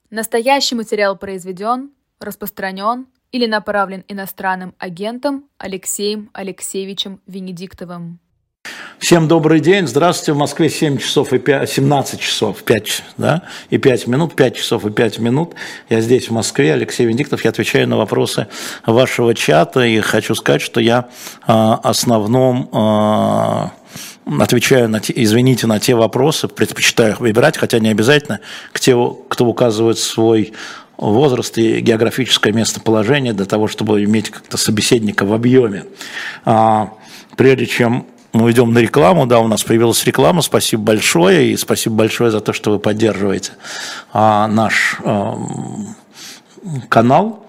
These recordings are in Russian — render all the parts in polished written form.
Настоящий материал произведен, распространен или направлен иностранным агентом Алексеем Алексеевичем Венедиктовым. Всем добрый день. Здравствуйте. В Москве 7 часов и 17 часов 5, да, и 5 минут, 5 часов и 5 минут. Я здесь, в Москве, Алексей Венедиктов. Я отвечаю на вопросы вашего чата. И хочу сказать, что я основном отвечаю, извините, на те вопросы, предпочитаю их выбирать, хотя не обязательно, к тем, кто указывает свой возраст и географическое местоположение для того, чтобы иметь как-то собеседника в объеме. Прежде чем мы идем на рекламу, да, у нас появилась реклама, спасибо большое, и спасибо большое за то, что вы поддерживаете наш канал.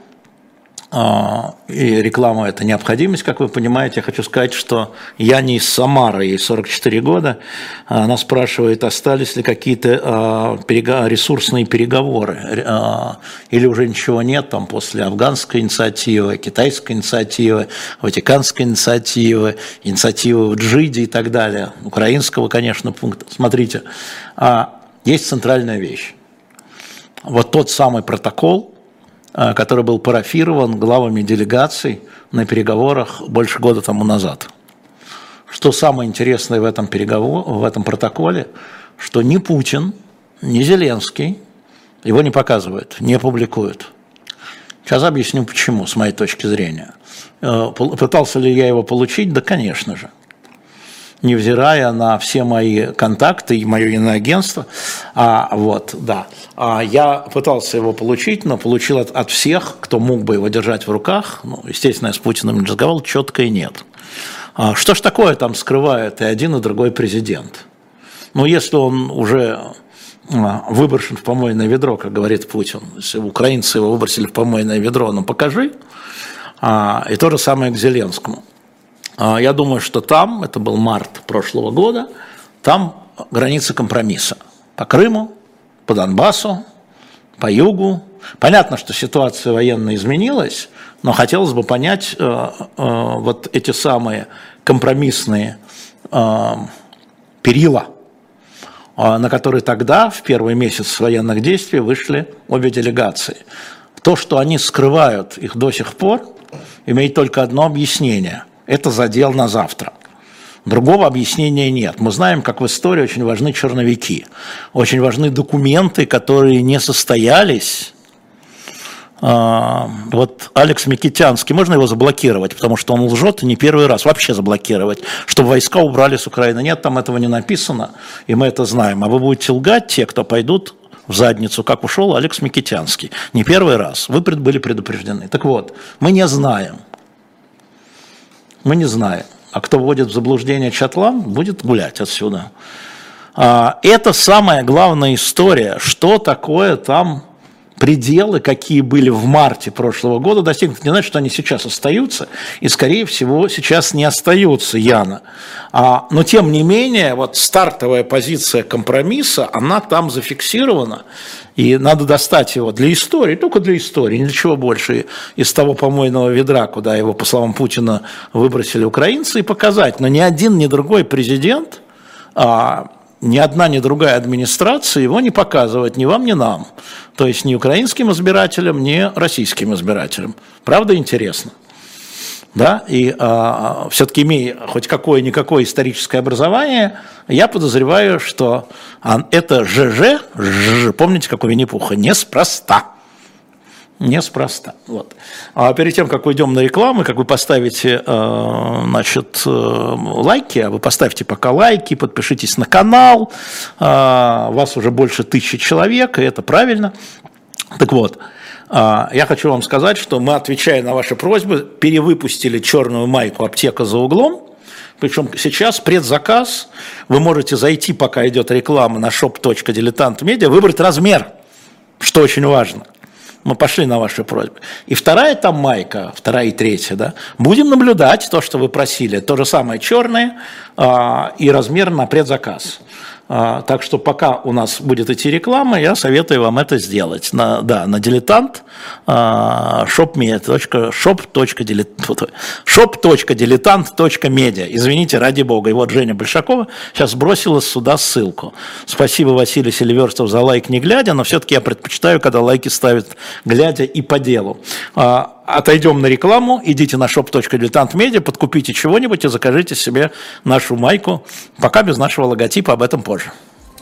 И реклама – это необходимость, как вы понимаете. Я хочу сказать, что я не из Самары, ей 44 года. Она спрашивает, остались ли какие-то ресурсные переговоры, или уже ничего нет там после афганской инициативы, китайской инициативы, ватиканской инициативы, инициативы в Джиде и так далее, украинского, конечно, пункта. Смотрите, есть центральная вещь. Вот тот самый протокол, который был парафирован главами делегаций на переговорах больше года тому назад. Что самое интересное в этом протоколе, что ни Путин, ни Зеленский его не показывают, не публикуют. Сейчас объясню почему, с моей точки зрения. Пытался ли я его получить? Да, конечно же. Невзирая на все мои контакты и мое иноагентство, я пытался его получить, но получил от всех, кто мог бы его держать в руках, естественно, я с Путиным не разговаривал, четко и нет. Что ж такое там скрывает и один, и другой президент? Если он уже выброшен в помойное ведро, как говорит Путин, если украинцы его выбросили в помойное ведро, покажи, и то же самое к Зеленскому. Я думаю, что там, это был март прошлого года, там граница компромисса. По Крыму, по Донбассу, по югу. Понятно, что ситуация военная изменилась, но хотелось бы понять вот эти самые компромиссные перила, на которые тогда, в первый месяц военных действий, вышли обе делегации. То, что они скрывают их до сих пор, имеет только одно объяснение – это задел на завтра. Другого объяснения нет. Мы знаем, как в истории очень важны черновики, очень важны документы, которые не состоялись. Вот Алекс Микитянский, можно его заблокировать, потому что он лжет и не первый раз, вообще заблокировать, чтобы войска убрали с Украины. Нет, там этого не написано, и мы это знаем. А вы будете лгать, те, кто пойдут в задницу, как ушел Алекс Микитянский. Не первый раз. Вы были предупреждены. Так вот, мы не знаем. Мы не знаем. А кто вводит в заблуждение чатлан, будет гулять отсюда. Это самая главная история, что такое там пределы, какие были в марте прошлого года достигнуты. Не значит, что они сейчас остаются, и, скорее всего, сейчас не остаются, Яна. Но, тем не менее, вот стартовая позиция компромисса, она там зафиксирована, и надо достать его для истории, только для истории, ни для чего больше, из того помойного ведра, куда его, по словам Путина, выбросили украинцы, и показать. Но ни один, ни другой президент, ни одна, ни другая администрация его не показывает ни вам, ни нам. То есть ни украинским избирателям, ни российским избирателям. Правда интересно? Да? И все-таки, имея хоть какое-никакое историческое образование, я подозреваю, что это ЖЖ, помните, как у Винни-Пуха, неспроста. Неспроста. Вот. А перед тем, как уйдем на рекламу, как вы поставите лайки, вы поставьте пока лайки, подпишитесь на канал, вас уже больше 1000 человек, и это правильно. Так вот, я хочу вам сказать, что мы, отвечая на ваши просьбы, перевыпустили черную майку «Аптека за углом». Причем сейчас предзаказ, вы можете зайти, пока идет реклама, на shop.diletant.media, выбрать размер, что очень важно. Мы пошли на ваши просьбы. И вторая там майка, вторая и третья, да, будем наблюдать то, что вы просили. То же самое черное и размер на предзаказ. Так что пока у нас будет идти реклама, я советую вам это сделать. На дилетант, shop.diletant.media. Извините, ради бога. И вот Женя Большакова сейчас бросила сюда ссылку. Спасибо, Василий Селиверстов, за лайк не глядя, но все-таки я предпочитаю, когда лайки ставят глядя и по делу. Отойдем на рекламу, идите на shop.diletant.media, подкупите чего-нибудь и закажите себе нашу майку. Пока без нашего логотипа, об этом позже.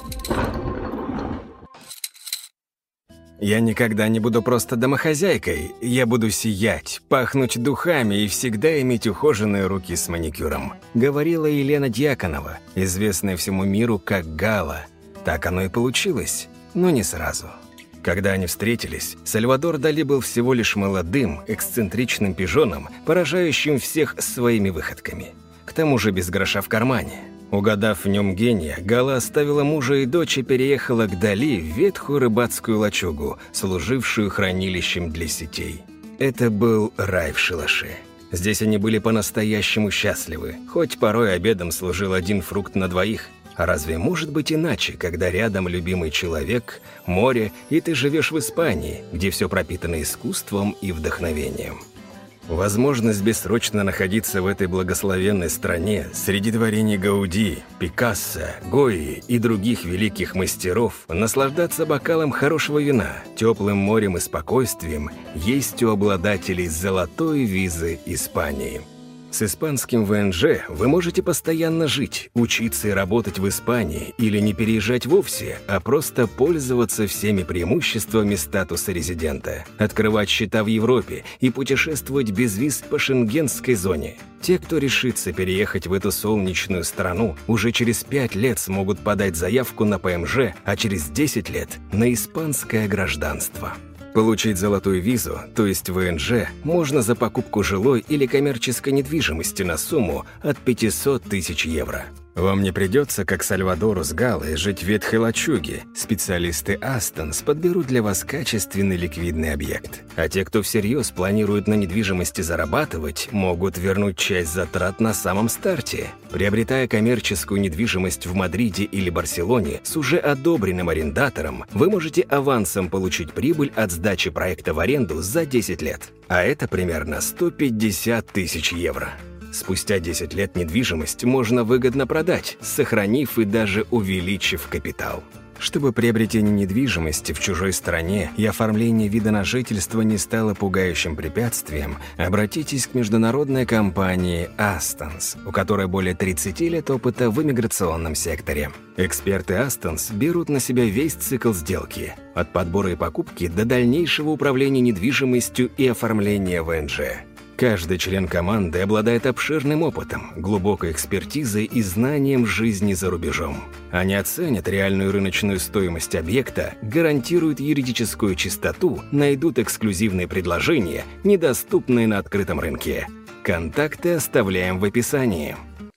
Я никогда не буду просто домохозяйкой. Я буду сиять, пахнуть духами и всегда иметь ухоженные руки с маникюром. Говорила Елена Дьяконова, известная всему миру как Гала. Так оно и получилось, но не сразу. Когда они встретились, Сальвадор Дали был всего лишь молодым, эксцентричным пижоном, поражающим всех своими выходками. К тому же без гроша в кармане. Угадав в нем гения, Гала оставила мужа и дочь и переехала к Дали в ветхую рыбацкую лачугу, служившую хранилищем для сетей. Это был рай в шалаше. Здесь они были по-настоящему счастливы, хоть порой обедом служил один фрукт на двоих. А разве может быть иначе, когда рядом любимый человек, море, и ты живешь в Испании, где все пропитано искусством и вдохновением? Возможность бессрочно находиться в этой благословенной стране среди творений Гауди, Пикассо, Гойи и других великих мастеров, наслаждаться бокалом хорошего вина, теплым морем и спокойствием, есть у обладателей золотой визы Испании. С испанским ВНЖ вы можете постоянно жить, учиться и работать в Испании или не переезжать вовсе, а просто пользоваться всеми преимуществами статуса резидента, открывать счета в Европе и путешествовать без виз по шенгенской зоне. Те, кто решится переехать в эту солнечную страну, уже через 5 лет смогут подать заявку на ПМЖ, а через 10 лет – на испанское гражданство. Получить золотую визу, то есть ВНЖ, можно за покупку жилой или коммерческой недвижимости на сумму от 500 тысяч евро. Вам не придется, как Сальвадору с Галой, жить в ветхой лачуге. Специалисты Астонс подберут для вас качественный ликвидный объект. А те, кто всерьез планирует на недвижимости зарабатывать, могут вернуть часть затрат на самом старте. Приобретая коммерческую недвижимость в Мадриде или Барселоне с уже одобренным арендатором, вы можете авансом получить прибыль от сдачи проекта в аренду за 10 лет. А это примерно 150 тысяч евро. Спустя 10 лет недвижимость можно выгодно продать, сохранив и даже увеличив капитал. Чтобы приобретение недвижимости в чужой стране и оформление вида на жительство не стало пугающим препятствием, обратитесь к международной компании Астонс, у которой более 30 лет опыта в иммиграционном секторе. Эксперты Астонс берут на себя весь цикл сделки – от подбора и покупки до дальнейшего управления недвижимостью и оформления ВНЖ. Каждый член команды обладает обширным опытом, глубокой экспертизой и знанием жизни за рубежом. Они оценят реальную рыночную стоимость объекта, гарантируют юридическую чистоту, найдут эксклюзивные предложения, недоступные на открытом рынке. Контакты оставляем в описании.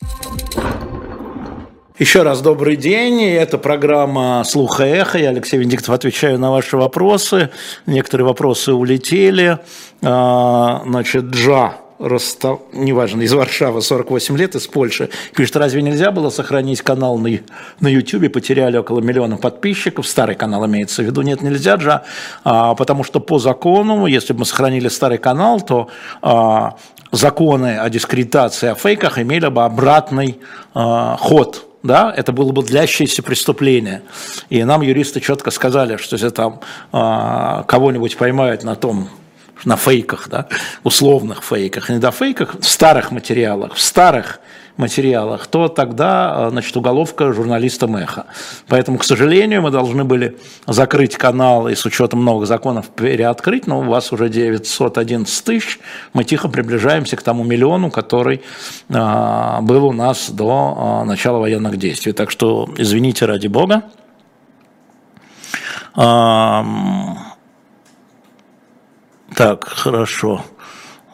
Еще раз добрый день. Это программа «Слух и эхо». Я, Алексей Венедиктов, отвечаю на ваши вопросы. Некоторые вопросы улетели. Значит, неважно, из Варшавы, 48 лет, из Польши, пишет: разве нельзя было сохранить канал на YouTube? Потеряли около 1 миллиона подписчиков. Старый канал имеется в виду. Нет, нельзя, Джа, потому что по закону, если бы мы сохранили старый канал, то законы о дискредитации, о фейках имели бы обратный ход. Да, это было бы длящееся преступление. И нам юристы четко сказали, что если там кого-нибудь поймают на фейках, да, условных фейках, не до фейках, в старых материалах, то тогда, значит, уголовка журналистам «Эхо». Поэтому, к сожалению, мы должны были закрыть канал и с учетом новых законов переоткрыть, но у вас уже 911 тысяч, мы тихо приближаемся к тому миллиону, который был у нас до начала военных действий. Так что извините ради бога. Так, хорошо.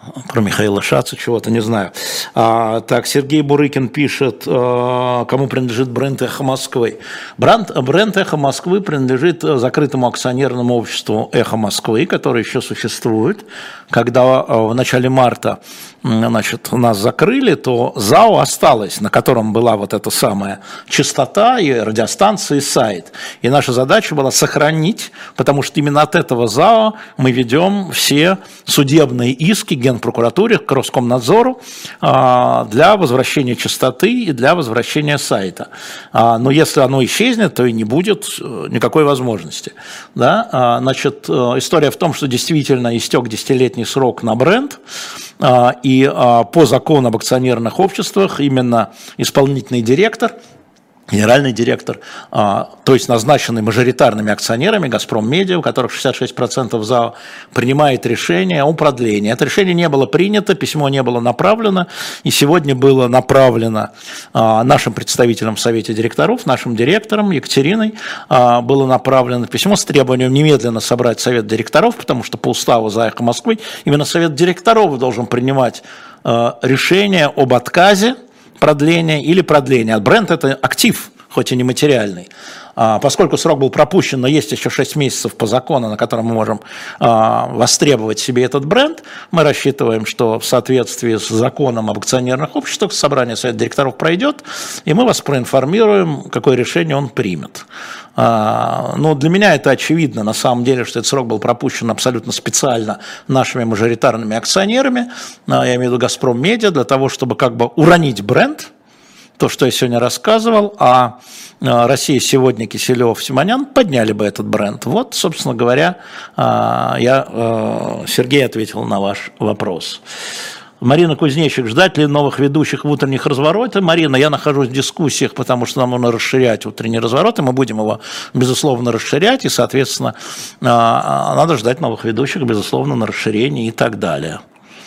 про Михаила Шаца чего-то, не знаю. Так, Сергей Бурыкин пишет, кому принадлежит бренд «Эхо Москвы». Бренд «Эхо Москвы» принадлежит закрытому акционерному обществу «Эхо Москвы», которое еще существует. Когда в начале марта, значит, нас закрыли, то ЗАО осталось, на котором была вот эта самая частота и радиостанция, и сайт. И наша задача была сохранить, потому что именно от этого ЗАО мы ведем все судебные иски Генпрокуратуре, к Роскомнадзору для возвращения частоты и для возвращения сайта. Но если оно исчезнет, то и не будет никакой возможности. Да? Значит, история в том, что действительно истек 10-летний срок на бренд, и по закону об акционерных обществах именно исполнительный директор, генеральный директор, то есть назначенный мажоритарными акционерами «Газпром Медиа», у которых 66% ЗАО, принимает решение о продлении. Это решение не было принято, письмо не было направлено, и сегодня было направлено нашим представителям в Совете директоров, нашим директором Екатериной, было направлено письмо с требованием немедленно собрать Совет директоров, потому что по уставу за «Эхо Москвы» именно Совет директоров должен принимать решение об отказе продление или продление. А бренд – это актив, хоть и не материальный. Поскольку срок был пропущен, но есть еще 6 месяцев по закону, на котором мы можем востребовать себе этот бренд, мы рассчитываем, что в соответствии с законом об акционерных обществах собрание Совета директоров пройдет, и мы вас проинформируем, какое решение он примет. Но для меня это очевидно, на самом деле, что этот срок был пропущен абсолютно специально нашими мажоритарными акционерами, я имею в виду «Газпром Медиа», для того, чтобы как бы уронить бренд, то, что я сегодня рассказывал, а «Россия сегодня», Киселев, Симонян подняли бы этот бренд. Вот, собственно говоря, Сергей ответил на ваш вопрос. Марина Кузнечик, ждать ли новых ведущих в утренних разворотах? Марина, я нахожусь в дискуссиях, потому что нам нужно расширять утренние развороты, мы будем его, безусловно, расширять, и, соответственно, надо ждать новых ведущих, безусловно, на расширение и так далее.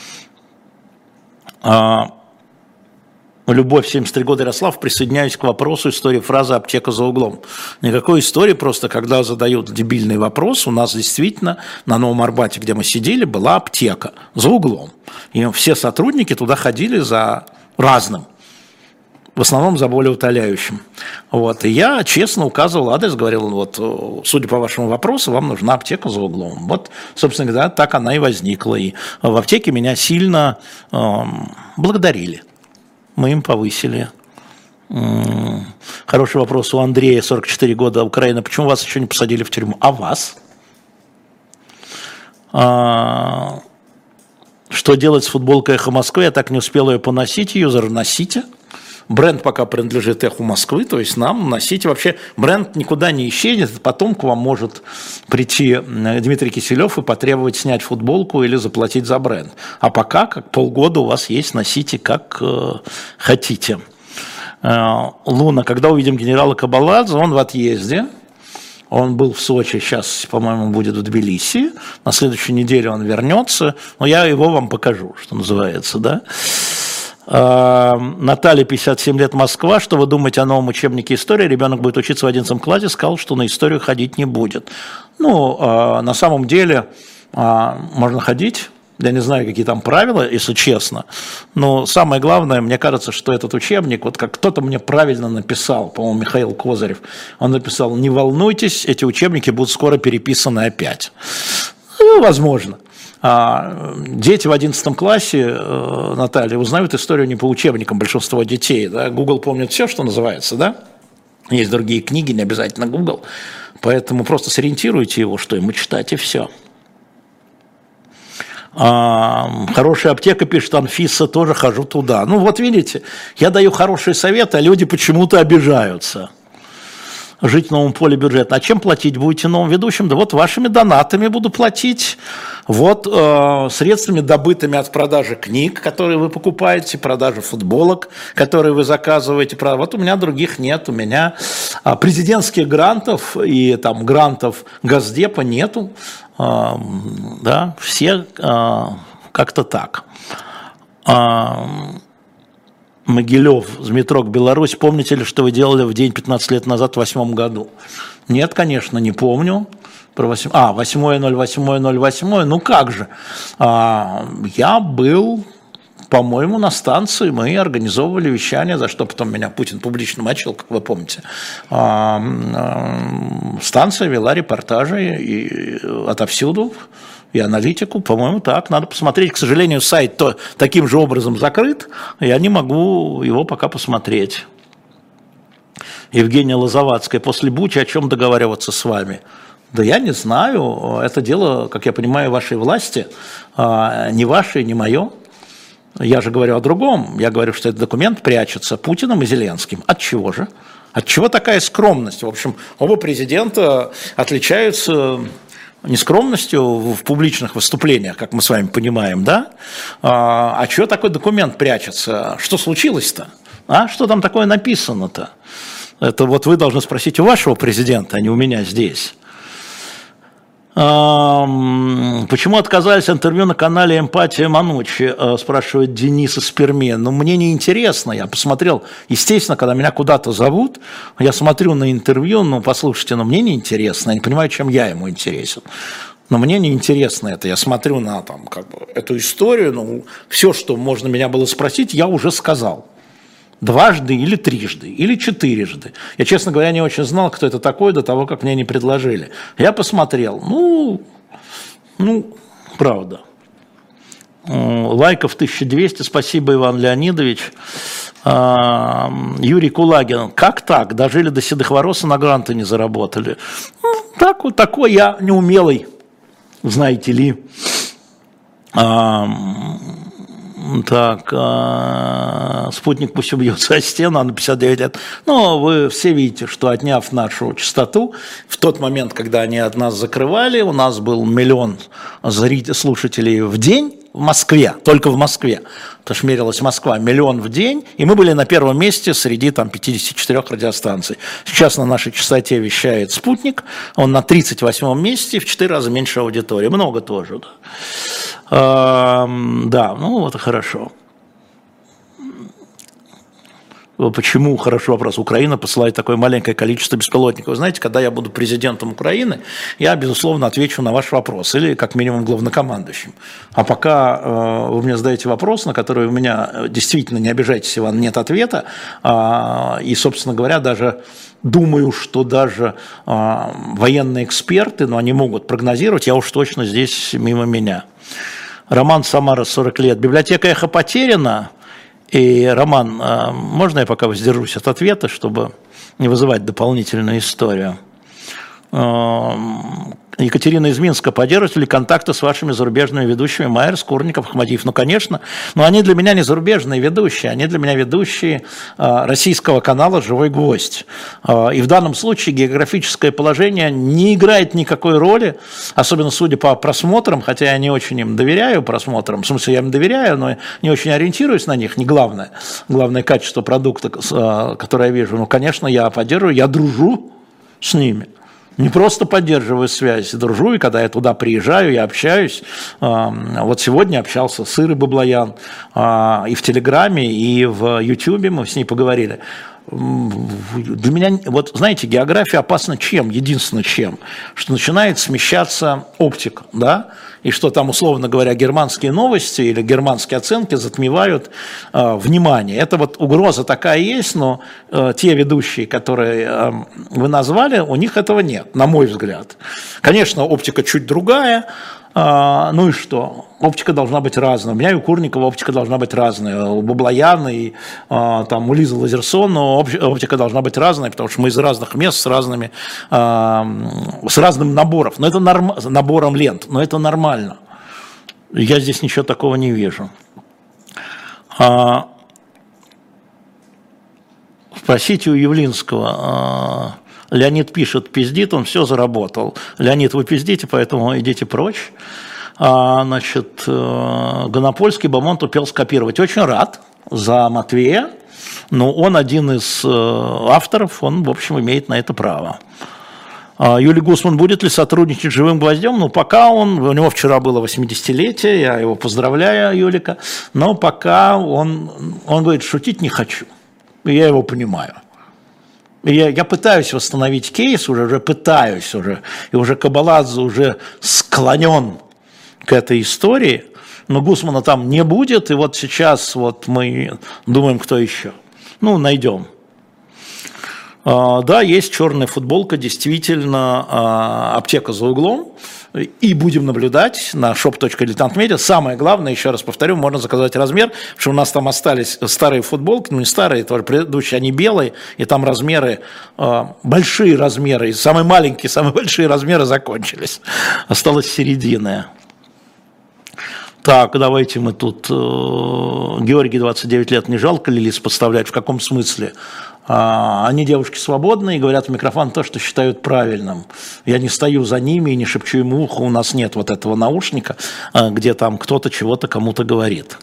Любовь, 73 года, Ярослав, присоединяюсь к вопросу истории фразы «аптека за углом». Никакой истории, просто когда задают дебильный вопрос, у нас действительно на Новом Арбате, где мы сидели, была аптека за углом. И все сотрудники туда ходили за разным, в основном за болеутоляющим. Вот. И я честно указывал адрес, говорил, вот, судя по вашему вопросу, вам нужна аптека за углом. Вот, собственно говоря, так она и возникла. И в аптеке меня сильно благодарили. Мы им повысили. Хороший вопрос у Андрея, 44 года, Украина. Почему вас еще не посадили в тюрьму? А вас? Что делать с футболкой «Эхо Москвы»? Я так не успел ее поносить. Юзер, носите. Бренд пока принадлежит «Эху Москвы», то есть нам носите. Вообще бренд никуда не исчезнет. Потом к вам может прийти Дмитрий Киселев и потребовать снять футболку или заплатить за бренд. А пока, как полгода у вас есть, носите как хотите. Луна, когда увидим генерала Кабаладзе, он в отъезде. Он был в Сочи, сейчас, по-моему, будет в Тбилиси. На следующей неделе он вернется. Но я его вам покажу, что называется, да. Наталья, 57 лет, Москва. Что вы думаете о новом учебнике истории? Ребенок будет учиться в 11 классе, сказал, что на историю ходить не будет. Ну, на самом деле, можно ходить. Я не знаю, какие там правила, если честно. Но самое главное, мне кажется, что этот учебник, вот как кто-то мне правильно написал, по-моему, Михаил Козырев, он написал: не волнуйтесь, эти учебники будут скоро переписаны опять. Ну, возможно. Дети в 11 классе, Наталья, узнают историю не по учебникам, большинство детей. Да? Google помнит все, что называется, да? Есть другие книги, не обязательно Google. Поэтому просто сориентируйте его, что ему читать, и все. Хорошая аптека, пишет Анфиса, тоже хожу туда. Ну вот видите, я даю хорошие советы, а люди почему-то обижаются. Жить в новом поле бюджета. А чем платить будете новым ведущим? Да вот вашими донатами буду платить. Вот средствами, добытыми от продажи книг, которые вы покупаете, продажи футболок, которые вы заказываете. Вот у меня других нет. У меня президентских грантов и там грантов Госдепа нету. Да, все как-то так. Могилев, Змитрок, Беларусь. Помните ли, что вы делали в день 15 лет назад, в 2008 году? Нет, конечно, не помню. Про 8.08.08, ну как же. Я был, по-моему, на станции, мы организовывали вещание, за что потом меня Путин публично мочил, как вы помните. Станция вела репортажи и отовсюду, и аналитику, по-моему, так, надо посмотреть. К сожалению, сайт таким же образом закрыт, я не могу его пока посмотреть. Евгения Лозовацкая, после Бучи о чем договариваться с вами? Да я не знаю, это дело, как я понимаю, вашей власти, не ваше, не мое. Я же говорю о другом, я говорю, что этот документ прячется Путиным и Зеленским. От чего же? От чего такая скромность? В общем, оба президента отличаются нескромностью в публичных выступлениях, как мы с вами понимаем, да? А чего такой документ прячется? Что случилось-то? Что там такое написано-то? Это вот вы должны спросить у вашего президента, а не у меня здесь. Почему отказались от интервью на канале «Эмпатия Манучи», спрашивает Денис из Перми. Ну, мне не интересно, я посмотрел, естественно, когда меня куда-то зовут, я смотрю на интервью, ну, послушайте, но мне не интересно, я не понимаю, чем я ему интересен. Но мне не интересно это, я смотрю на там, как бы, эту историю, ну, все, что можно меня было спросить, я уже сказал. Дважды или трижды, или четырежды. Я, честно говоря, не очень знал, кто это такой, до того, как мне не предложили. Я посмотрел, правда. Лайков 1200, спасибо, Иван Леонидович. Юрий Кулагин, как так? Дожили до седых волос и на гранты не заработали. Так вот, такой я неумелый, знаете ли. Так, спутник пусть убьется о стену, а на 59 лет. Но вы все видите, что отняв нашу частоту, в тот момент, когда они от нас закрывали, у нас был 1 миллион слушателей в день в Москве, только в Москве. Потому что мерилась Москва, 1 миллион в день, и мы были на первом месте среди там 54 радиостанций. Сейчас на нашей частоте вещает спутник, он на 38-м месте, в 4 раза меньше аудитории. Много тоже, да. Да, ну вот и хорошо. Почему, хороший вопрос, Украина посылает такое маленькое количество беспилотников? Вы знаете, когда я буду президентом Украины, я, безусловно, отвечу на ваш вопрос, или как минимум главнокомандующим. А пока вы мне задаете вопрос, на который у меня, действительно, не обижайтесь, Иван, нет ответа, и, собственно говоря, даже думаю, что даже военные эксперты, но они могут прогнозировать, я уж точно здесь мимо меня. Роман Самара, 40 лет. Библиотека «Эхо» потеряна. И, Роман, можно я пока воздержусь от ответа, чтобы не вызывать дополнительную историю? Екатерина из Минска, поддерживаете ли контакты с вашими зарубежными ведущими Майерс, Курников, Ахмадиев? Ну, конечно, но они для меня не зарубежные ведущие, они для меня ведущие российского канала «Живой гвоздь». И в данном случае географическое положение не играет никакой роли, особенно судя по просмотрам, хотя я не очень им доверяю просмотрам, в смысле я им доверяю, но не очень ориентируюсь на них, не главное качество продукта, которое я вижу. Ну, конечно, я поддерживаю, я дружу с ними. Не просто поддерживаю связь, дружу, и когда я туда приезжаю, я общаюсь. Вот сегодня общался с Ирой Баблоян и в Телеграме, и в Ютубе мы с ней поговорили. Для меня, вот знаете, география опасна чем? Единственное чем, что начинает смещаться оптика, да, и что там, условно говоря, германские новости или германские оценки затмевают внимание. Это вот угроза такая есть, но те ведущие, которые вы назвали, у них этого нет, на мой взгляд. Конечно, оптика чуть другая. Ну и что? Оптика должна быть разная. У меня и у Курникова оптика должна быть разная. У Баблояна и там, у Лизы Лазерсона оптика должна быть разная, потому что мы из разных мест с разным набором. Но это набором лент. Но это нормально. Я здесь ничего такого не вижу. Спросите у Явлинского. Леонид пишет, пиздит, он все заработал. Леонид, вы пиздите, поэтому идите прочь. Значит, Гонопольский Бамонт успел скопировать. Очень рад за Матвея, но он один из авторов, он, в общем, имеет на это право. Юлий Гусман будет ли сотрудничать с «Живым гвоздем»? Ну, пока у него вчера было 80-летие, я его поздравляю, Юлика, но пока он говорит, шутить не хочу. И я его понимаю. Я пытаюсь восстановить кейс, уже пытаюсь, и уже Кабаладзе уже склонен к этой истории, но Гусмана там не будет, и вот сейчас вот мы думаем, кто еще. Ну, найдем. Да, есть черная футболка, действительно, аптека за углом. И будем наблюдать на shop.diletantmedia. Самое главное, еще раз повторю, можно заказать размер, потому что у нас там остались старые футболки, ну не старые, тоже предыдущие, они белые, и там размеры, большие размеры, и самые маленькие, самые большие размеры закончились. Осталась середина. Так, давайте мы тут... Георгий, 29 лет, не жалко ли Лиз подставлять? В каком смысле? Они девушки свободные и говорят в микрофон то, что считают правильным. Я не стою за ними и не шепчу им ухо, у нас нет вот этого наушника, где там кто-то чего-то кому-то говорит.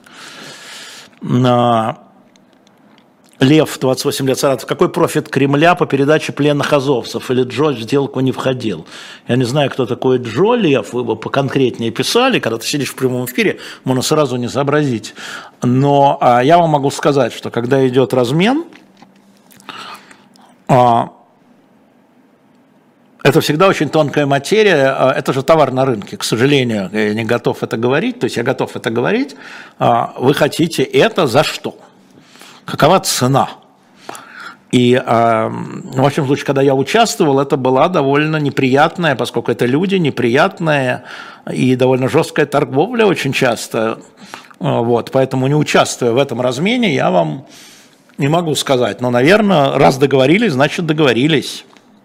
Лев, 28 лет, Саратов. Какой профит Кремля по передаче пленных азовцев? Или Джо в сделку не входил? Я не знаю, кто такой Джо, Лев, вы бы поконкретнее писали, когда ты сидишь в прямом эфире, можно сразу не сообразить. Но я вам могу сказать, что когда идет размен, это всегда очень тонкая материя, это же товар на рынке, к сожалению, я не готов это говорить, то есть я готов это говорить, вы хотите это за что? Какова цена? И в общем случае, когда я участвовал, это была довольно неприятная, поскольку это люди, неприятная и довольно жесткая торговля очень часто, вот, поэтому не участвуя в этом размене, я вам не могу сказать, но, наверное, раз договорились, значит договорились.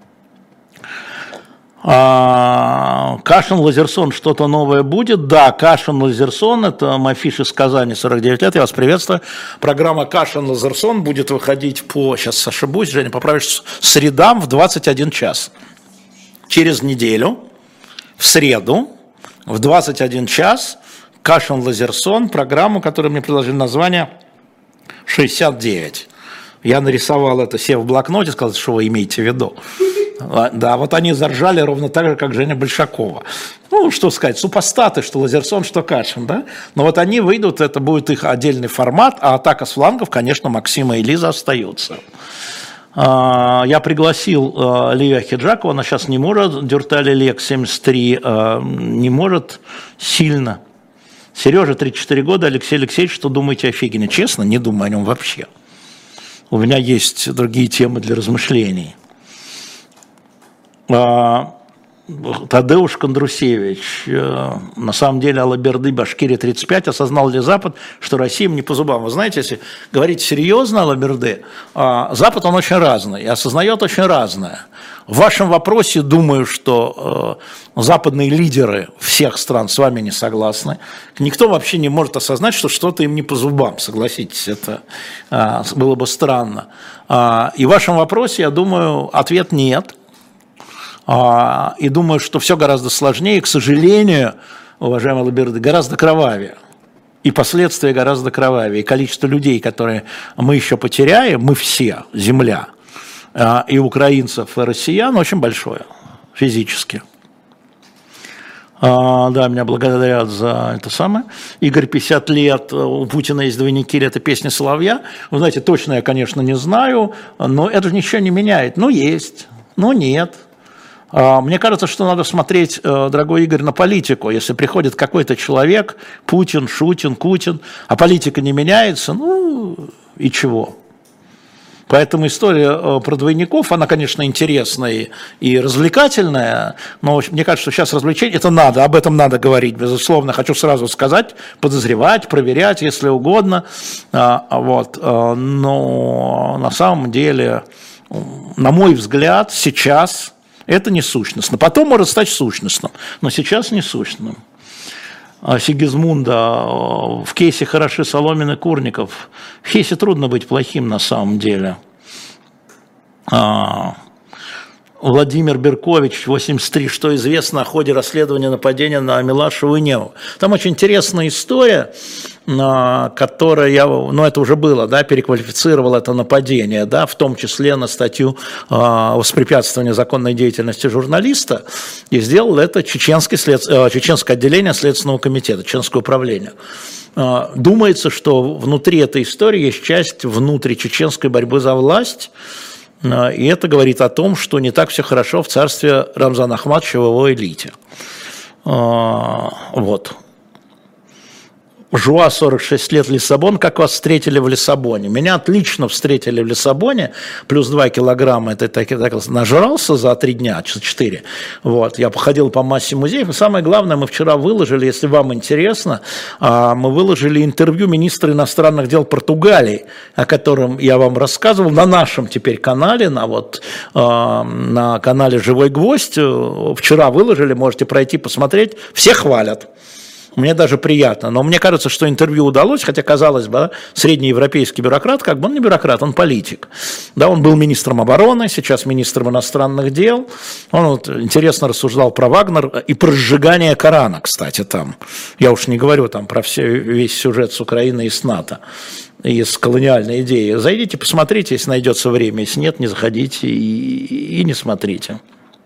Кашин, Лазерсон, что-то новое будет? Да, Кашин, Лазерсон, это Мафиш из Казани, 49 лет, я вас приветствую. Программа Кашин, Лазерсон будет выходить по, сейчас ошибусь, Женя, поправишь, средам в 21 час. Через неделю, в среду, в 21 час, Кашин, Лазерсон, программу, которую мне предложили название 69. Я нарисовал это, сев в блокноте, сказал, что вы имеете в виду. Да, вот они заржали ровно так же, как Женя Большакова. Ну, что сказать, супостаты, что Лазерсон, что Кашин, да? Но вот они выйдут, это будет их отдельный формат, а атака с флангов, конечно, Максима и Лиза остается. Я пригласил Лию Ахеджакову, она сейчас не может, Дюрталь Лек 73 не может сильно. Сережа, 34 года, Алексей Алексеевич, что думаете о Фигине? Честно, не думаю о нем вообще. У меня есть другие темы для размышлений. Тадеуш Кондрусевич, на самом деле Алаберды, Башкирия 35, осознал ли Запад, что Россия им не по зубам? Вы знаете, если говорить серьезно, Алаберды, Запад он очень разный и осознает очень разное. В вашем вопросе думаю, что западные лидеры всех стран с вами не согласны. Никто вообще не может осознать, что что-то им не по зубам, согласитесь, это было бы странно. И в вашем вопросе, я думаю, ответ нет. И думаю, что все гораздо сложнее, и, к сожалению, уважаемые лаберды, гораздо кровавее. И последствия гораздо кровавее. И количество людей, которые мы еще потеряем, мы все, земля, и украинцев, и россиян, очень большое физически. Да, меня благодарят за это самое. Игорь, 50 лет, у Путина есть двойники, это песня Соловья. Вы знаете, точно я, конечно, не знаю, но это же ничего не меняет. Ну, есть, ну, нет. Мне кажется, что надо смотреть, дорогой Игорь, на политику. Если приходит какой-то человек, Путин, Шутин, Кутин, а политика не меняется, ну и чего? Поэтому история про двойников, она, конечно, интересная и развлекательная, но мне кажется, что сейчас развлечение, это надо, об этом надо говорить, безусловно. Хочу сразу сказать, подозревать, проверять, если угодно. Вот. Но на самом деле, на мой взгляд, сейчас... это не сущностно. Потом может стать сущностным, но сейчас не сущностным. Сигизмунда, в кейсе хороши Соломин и Курников. В кейсе трудно быть плохим на самом деле. Владимир Беркович, 83, что известно о ходе расследования нападения на Милашеву и Неву. Там очень интересная история, которая, это уже было, да, переквалифицировал это нападение, да, в том числе на статью воспрепятствования законной деятельности журналиста, и сделал это чеченское отделение Следственного комитета, чеченское управление. Думается, что внутри этой истории есть часть внутричеченской борьбы за власть, И это говорит о том, что не так все хорошо в царстве Рамзана Ахматовича в его элите. Вот. Жуа, 46 лет, Лиссабон. Как вас встретили в Лиссабоне? Меня отлично встретили в Лиссабоне. Плюс 2 килограмма. Это так нажрался за 3 дня, 4. Вот. Я походил по массе музеев. И самое главное, мы вчера выложили, если вам интересно, мы выложили интервью министра иностранных дел Португалии, о котором я вам рассказывал на нашем теперь канале, на канале «Живой гвоздь». Вчера выложили, можете пройти посмотреть. Все хвалят. Мне даже приятно, но мне кажется, что интервью удалось, хотя, казалось бы, среднеевропейский бюрократ, как бы он не бюрократ, он политик. Да, он был министром обороны, сейчас министром иностранных дел. Он вот интересно рассуждал про Вагнер и про сжигание Корана, кстати, там. Я уж не говорю там про весь сюжет с Украиной и с НАТО, и с колониальной идеей. Зайдите, посмотрите, если найдется время, если нет, не заходите и не смотрите.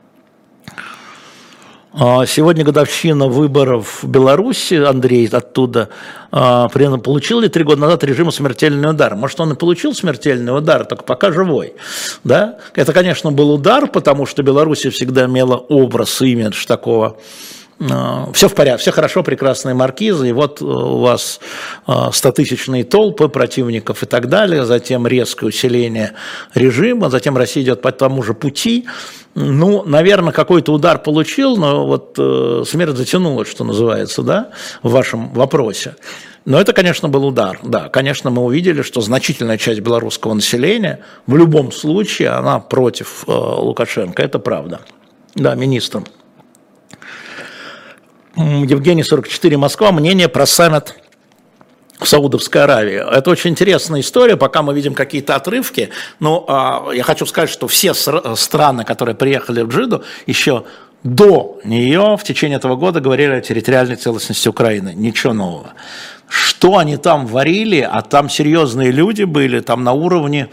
Сегодня годовщина выборов в Беларуси, Андрей оттуда, получил ли 3 года назад режима смертельный удар? Может, он и получил смертельный удар, только пока живой. Да? Это, конечно, был удар, потому что Беларусь всегда имела образ, имидж такого. Все в порядке, все хорошо, прекрасные маркизы, и вот у вас 100-тысячные толпы противников и так далее, затем резкое усиление режима, затем Россия идет по тому же пути. Ну, наверное, какой-то удар получил, но вот смерть затянулась, что называется, да, в вашем вопросе. Но это, конечно, был удар. Да, конечно, мы увидели, что значительная часть белорусского населения в любом случае, она против Лукашенко, это правда. Да, министр. Евгений, 44, Москва. Мнение про саммит в Саудовской Аравии. Это очень интересная история, пока мы видим какие-то отрывки. Но я хочу сказать, что все страны, которые приехали в Джидду, еще до нее в течение этого года говорили о территориальной целостности Украины. Ничего нового. Что они там варили, а там серьезные люди были, там на уровне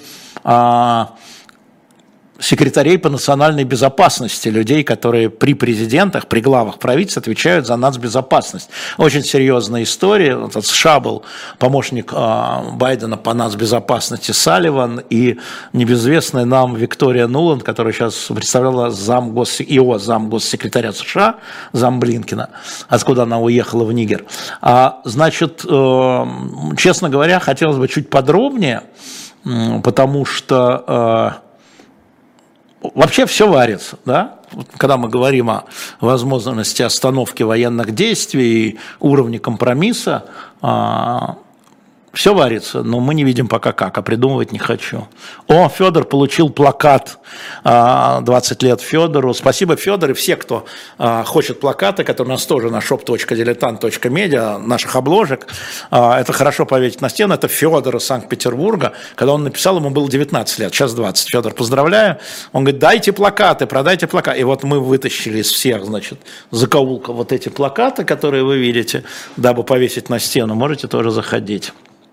секретарей по национальной безопасности, людей, которые при президентах, при главах правительств отвечают за нацбезопасность. Очень серьезная история. От США был помощник Байдена по нацбезопасности Салливан и небезвестная нам Виктория Нуланд, которая сейчас представляла замгоссекретаря США, зам Блинкена, откуда она уехала в Нигер. Значит, честно говоря, хотелось бы чуть подробнее, потому что вообще все варится, да? Когда мы говорим о возможности остановки военных действий и уровне компромисса, все варится, но мы не видим пока как, а придумывать не хочу. Федор получил плакат, 20 лет Федору. Спасибо, Федор, и все, кто хочет плакаты, которые у нас тоже на shop.diletant.media, наших обложек. Это хорошо повесить на стену. Это Федор из Санкт-Петербурга. Когда он написал, ему было 19 лет, сейчас 20. Федор, поздравляю. Он говорит, дайте плакаты, продайте плакаты. И вот мы вытащили из всех, значит, закоулков вот эти плакаты, которые вы видите, дабы повесить на стену. Можете тоже заходить.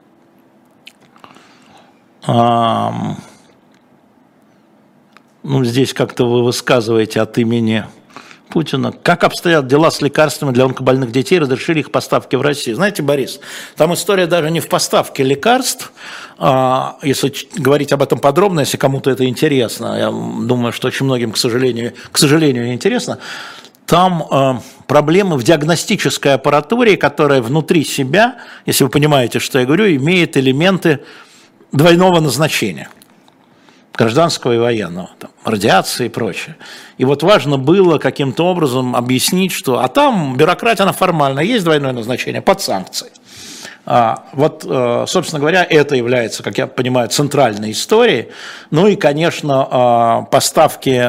Здесь как-то вы высказываете от имени Путина. Как обстоят дела с лекарствами для онкобольных детей? Разрешили их поставки в Россию? Знаете, Борис, там история даже не в поставке лекарств. Если говорить об этом подробно, если кому-то это интересно, я думаю, что очень многим, к сожалению, интересно. Там проблемы в диагностической аппаратуре, которая внутри себя, если вы понимаете, что я говорю, имеет элементы двойного назначения, гражданского и военного, там, радиации и прочее. И вот важно было каким-то образом объяснить, что там бюрократия, она формально, есть двойное назначение под санкции. Собственно говоря, это является, как я понимаю, центральной историей. Ну и, конечно, поставки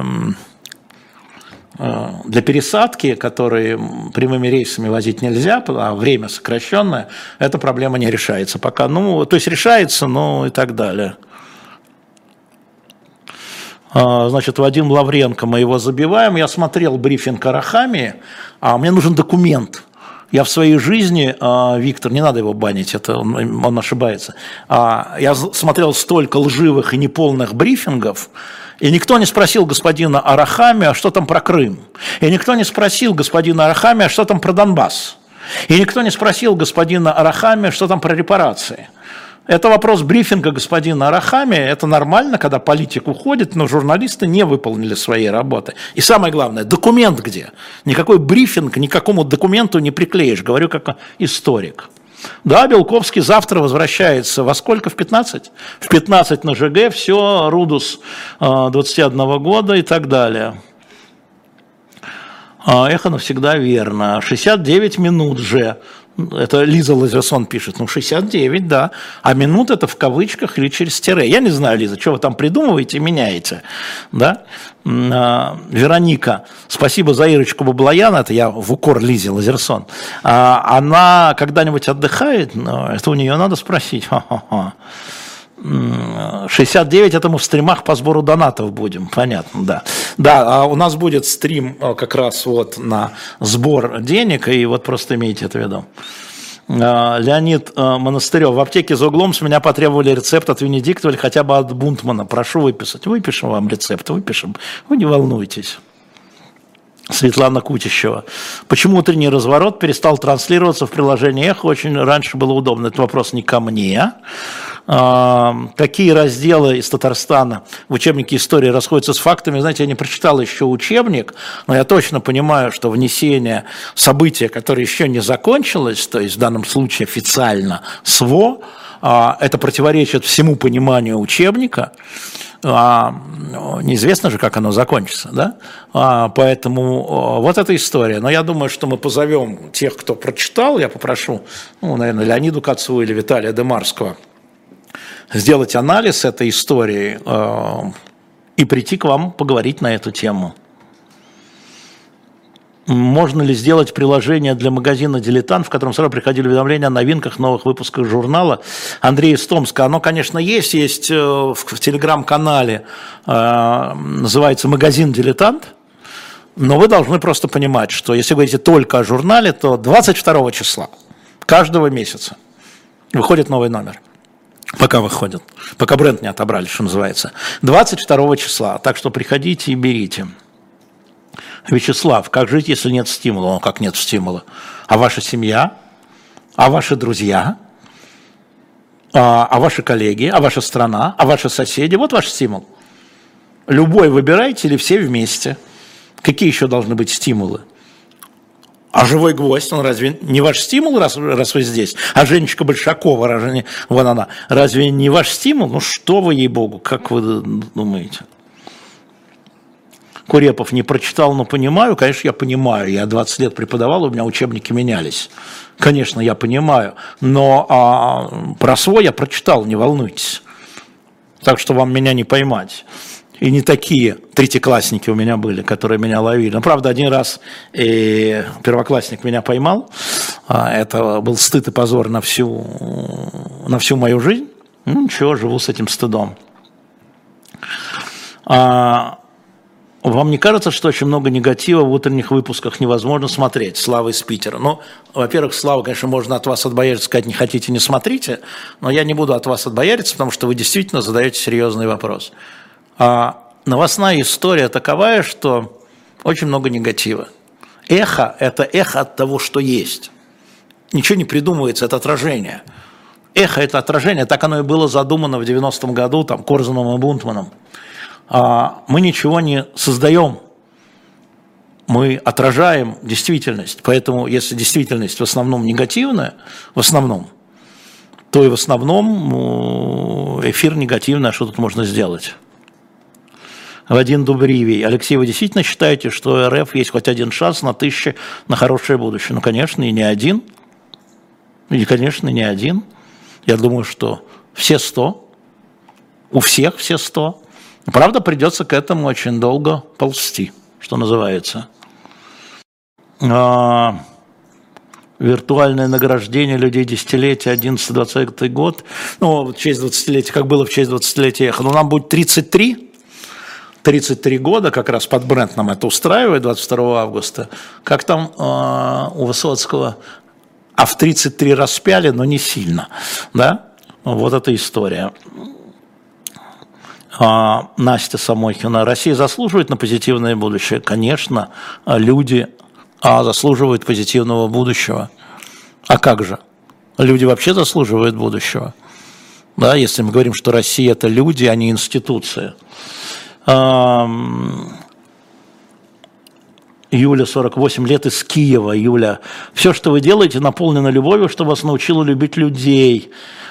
для пересадки, которые прямыми рейсами возить нельзя, а время сокращенное, эта проблема не решается пока. То есть решается, и так далее. Значит, Вадим Лавренко, мы его забиваем. Я смотрел брифинг Арахамии, мне нужен документ. Я в своей жизни, Виктор, не надо его банить, это он ошибается. Я смотрел столько лживых и неполных брифингов, и никто не спросил господина Арахами, а что там про Крым. И никто не спросил господина Арахами, а что там про Донбасс. И никто не спросил господина Арахами, что там про репарации. Это вопрос брифинга господина Арахами. Это нормально, когда политик уходит, но журналисты не выполнили своей работы. И самое главное, документ где? Никакой брифинг, никакому документу не приклеишь. Говорю как историк. Да, Белковский завтра возвращается. Во сколько? В 15? В 15 на ЖГ. Все, Рудус 21 года и так далее. Эхо навсегда верно. 69 минут же. Это Лиза Лазерсон пишет. 69, да. А минут это в кавычках или через тире. Я не знаю, Лиза, что вы там придумываете, меняете. Да? Вероника, спасибо за Ирочку Баблоян. Это я в укор Лизе Лазерсон. Она когда-нибудь отдыхает? Это у нее надо спросить. 69 это мы в стримах по сбору донатов будем, понятно, да. Да, у нас будет стрим как раз вот на сбор денег, и вот просто имейте это в виду. Леонид Монастырев. В аптеке за углом с меня потребовали рецепт от Венедиктова или хотя бы от Бунтмана. Прошу выписать. Выпишем вам рецепт, выпишем. Вы не волнуйтесь. Светлана Кутищева. Почему утренний разворот перестал транслироваться в приложении «Эхо»? Очень раньше было удобно. Это вопрос не ко мне. Какие разделы из Татарстана в учебнике истории расходятся с фактами? Знаете, я не прочитал еще учебник, но я точно понимаю, что внесение события, которое еще не закончилось, то есть в данном случае официально СВО, это противоречит всему пониманию учебника. Неизвестно же, как оно закончится, да? Поэтому вот эта история. Но я думаю, что мы позовем тех, кто прочитал, я попрошу, наверное, Леониду Кацу или Виталия Демарского сделать анализ этой истории и прийти к вам поговорить на эту тему. Можно ли сделать приложение для магазина «Дилетант», в котором сразу приходили уведомления о новинках, новых выпусках журнала? Андрей из Томска. Оно, конечно, есть в телеграм-канале, называется «Магазин «Дилетант». Но вы должны просто понимать, что если вы говорите только о журнале, то 22 числа каждого месяца выходит новый номер. Пока выходит, пока бренд не отобрали, что называется. 22 числа, так что приходите и берите. Вячеслав, как жить, если нет стимула? Ну, как нет стимула? А ваша семья? А ваши друзья? А ваши коллеги? А ваша страна? А ваши соседи? Вот ваш стимул. Любой выбирайте или все вместе. Какие еще должны быть стимулы? А живой гвоздь, он разве не ваш стимул, раз вы здесь? А Женечка Большакова, вон она, разве не ваш стимул? Ну что вы, ей-богу, как вы думаете? Курепов не прочитал, но понимаю. Конечно, я понимаю. Я 20 лет преподавал, у меня учебники менялись. Конечно, я понимаю. Но про свой я прочитал, не волнуйтесь. Так что вам меня не поймать. И не такие третьеклассники у меня были, которые меня ловили. Но, правда, один раз первоклассник меня поймал. Это был стыд и позор на всю мою жизнь. Ну, ничего, живу с этим стыдом. Вам не кажется, что очень много негатива в утренних выпусках невозможно смотреть? Слава из Питера. Ну, во-первых, Слава, конечно, можно от вас отбояриться, сказать, не хотите, не смотрите. Но я не буду от вас отбояриться, потому что вы действительно задаете серьезный вопрос. Новостная история таковая, что очень много негатива. Эхо – это эхо от того, что есть. Ничего не придумывается, это отражение. Эхо – это отражение, так оно и было задумано в 90-м году там, Корзуном и Бунтманом. Мы ничего не создаем, мы отражаем действительность. Поэтому, если действительность в основном негативная, то и в основном эфир негативный, а что тут можно сделать? Вадим Дубривий. Алексей, вы действительно считаете, что РФ есть хоть один шанс на 1000 на хорошее будущее? Ну, конечно, и не один. И, конечно, не один. Я думаю, что все 100. У всех все 100. Правда, придется к этому очень долго ползти, что называется. Виртуальное награждение людей десятилетия, 11-20 год. Ну, в честь 20-летия, как было в честь 20-летия Эхо. Но нам будет 33 года, как раз под бренд нам это устраивает, 22 августа. Как там у Высоцкого? А в 33 распяли, но не сильно. Да? Вот эта история. Настя Самохина. Россия заслуживает на позитивное будущее? Конечно, люди заслуживают позитивного будущего. А как же? Люди вообще заслуживают будущего. да, если мы говорим, что Россия – это люди, а не институция. Юля, 48 лет, из Киева. Юля, все, что вы делаете, наполнено любовью, что вас научило любить людей.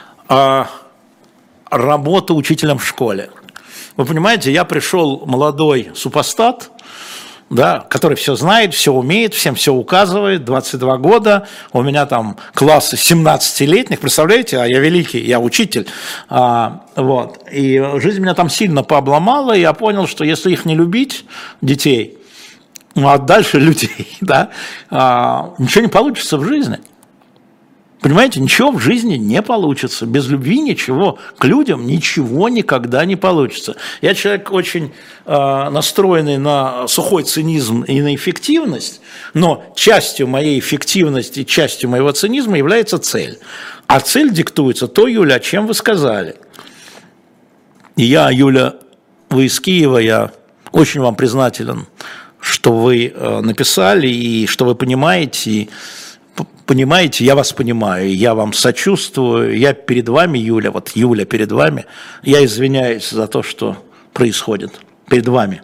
Работа учителем в школе. Вы понимаете, я пришел молодой супостат, да, который все знает, все умеет, всем все указывает, 22 года, у меня там классы 17-летних, представляете, а я великий, я учитель, вот, и жизнь меня там сильно пообломала, и я понял, что если их не любить, детей, ну а дальше людей, да, ничего не получится в жизни. Понимаете, ничего в жизни не получится. Без любви ничего. К людям ничего никогда не получится. Я человек очень настроенный на сухой цинизм и на эффективность, но частью моей эффективности, частью моего цинизма является цель. А цель диктуется то, Юля, о чем вы сказали. И я, Юля, вы из Киева, я очень вам признателен, что вы написали и что вы понимаете. Понимаете, я вас понимаю, я вам сочувствую, я перед вами, Юля, вот Юля перед вами, я извиняюсь за то, что происходит перед вами.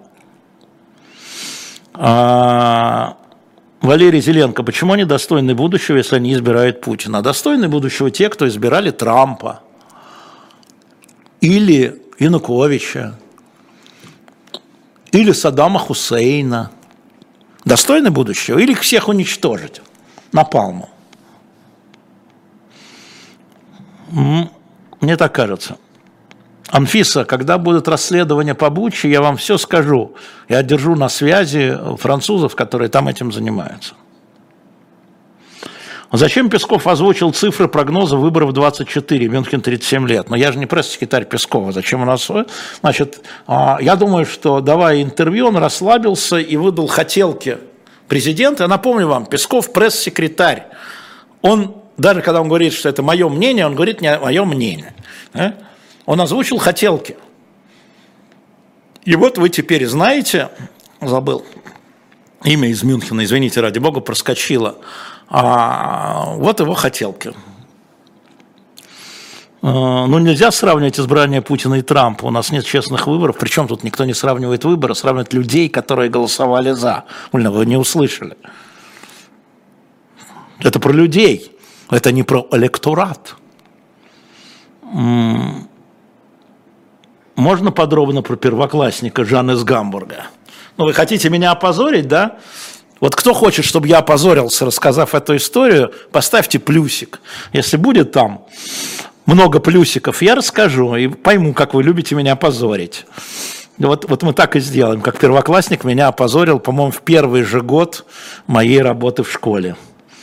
Валерий Зеленко, почему они достойны будущего, если они избирают Путина? Достойны будущего те, кто избирали Трампа или Януковича, или Саддама Хусейна. Достойны будущего или их всех уничтожить? Напалму. Мне так кажется. Анфиса, когда будут расследования по Буче, я вам все скажу. Я держу на связи французов, которые там этим занимаются. Зачем Песков озвучил цифры прогноза выборов 24, Мюнхен 37 лет? Но я же не пресс-секретарь Пескова. Зачем у нас... Значит, я думаю, что, давая интервью, он расслабился и выдал хотелки президента. Я напомню вам, Песков пресс-секретарь. Он, даже когда он говорит, что это мое мнение, он говорит не мое мнение. Он озвучил хотелки. И вот вы теперь знаете, забыл имя из Мюнхена, извините, ради бога, проскочило. Вот его хотелки. Ну, нельзя сравнивать избрание Путина и Трампа. У нас нет честных выборов. Причем тут никто не сравнивает выборы, сравнивает людей, которые голосовали за. Вы не услышали. Это про людей. Это не про электорат. Можно подробно про первоклассника Жан из Гамбурга? Ну, вы хотите меня опозорить, да? Вот кто хочет, чтобы я опозорился, рассказав эту историю, поставьте плюсик. Если будет там много плюсиков, я расскажу и пойму, как вы любите меня опозорить. Вот мы так и сделаем, как первоклассник меня опозорил, по-моему, в первый же год моей работы в школе.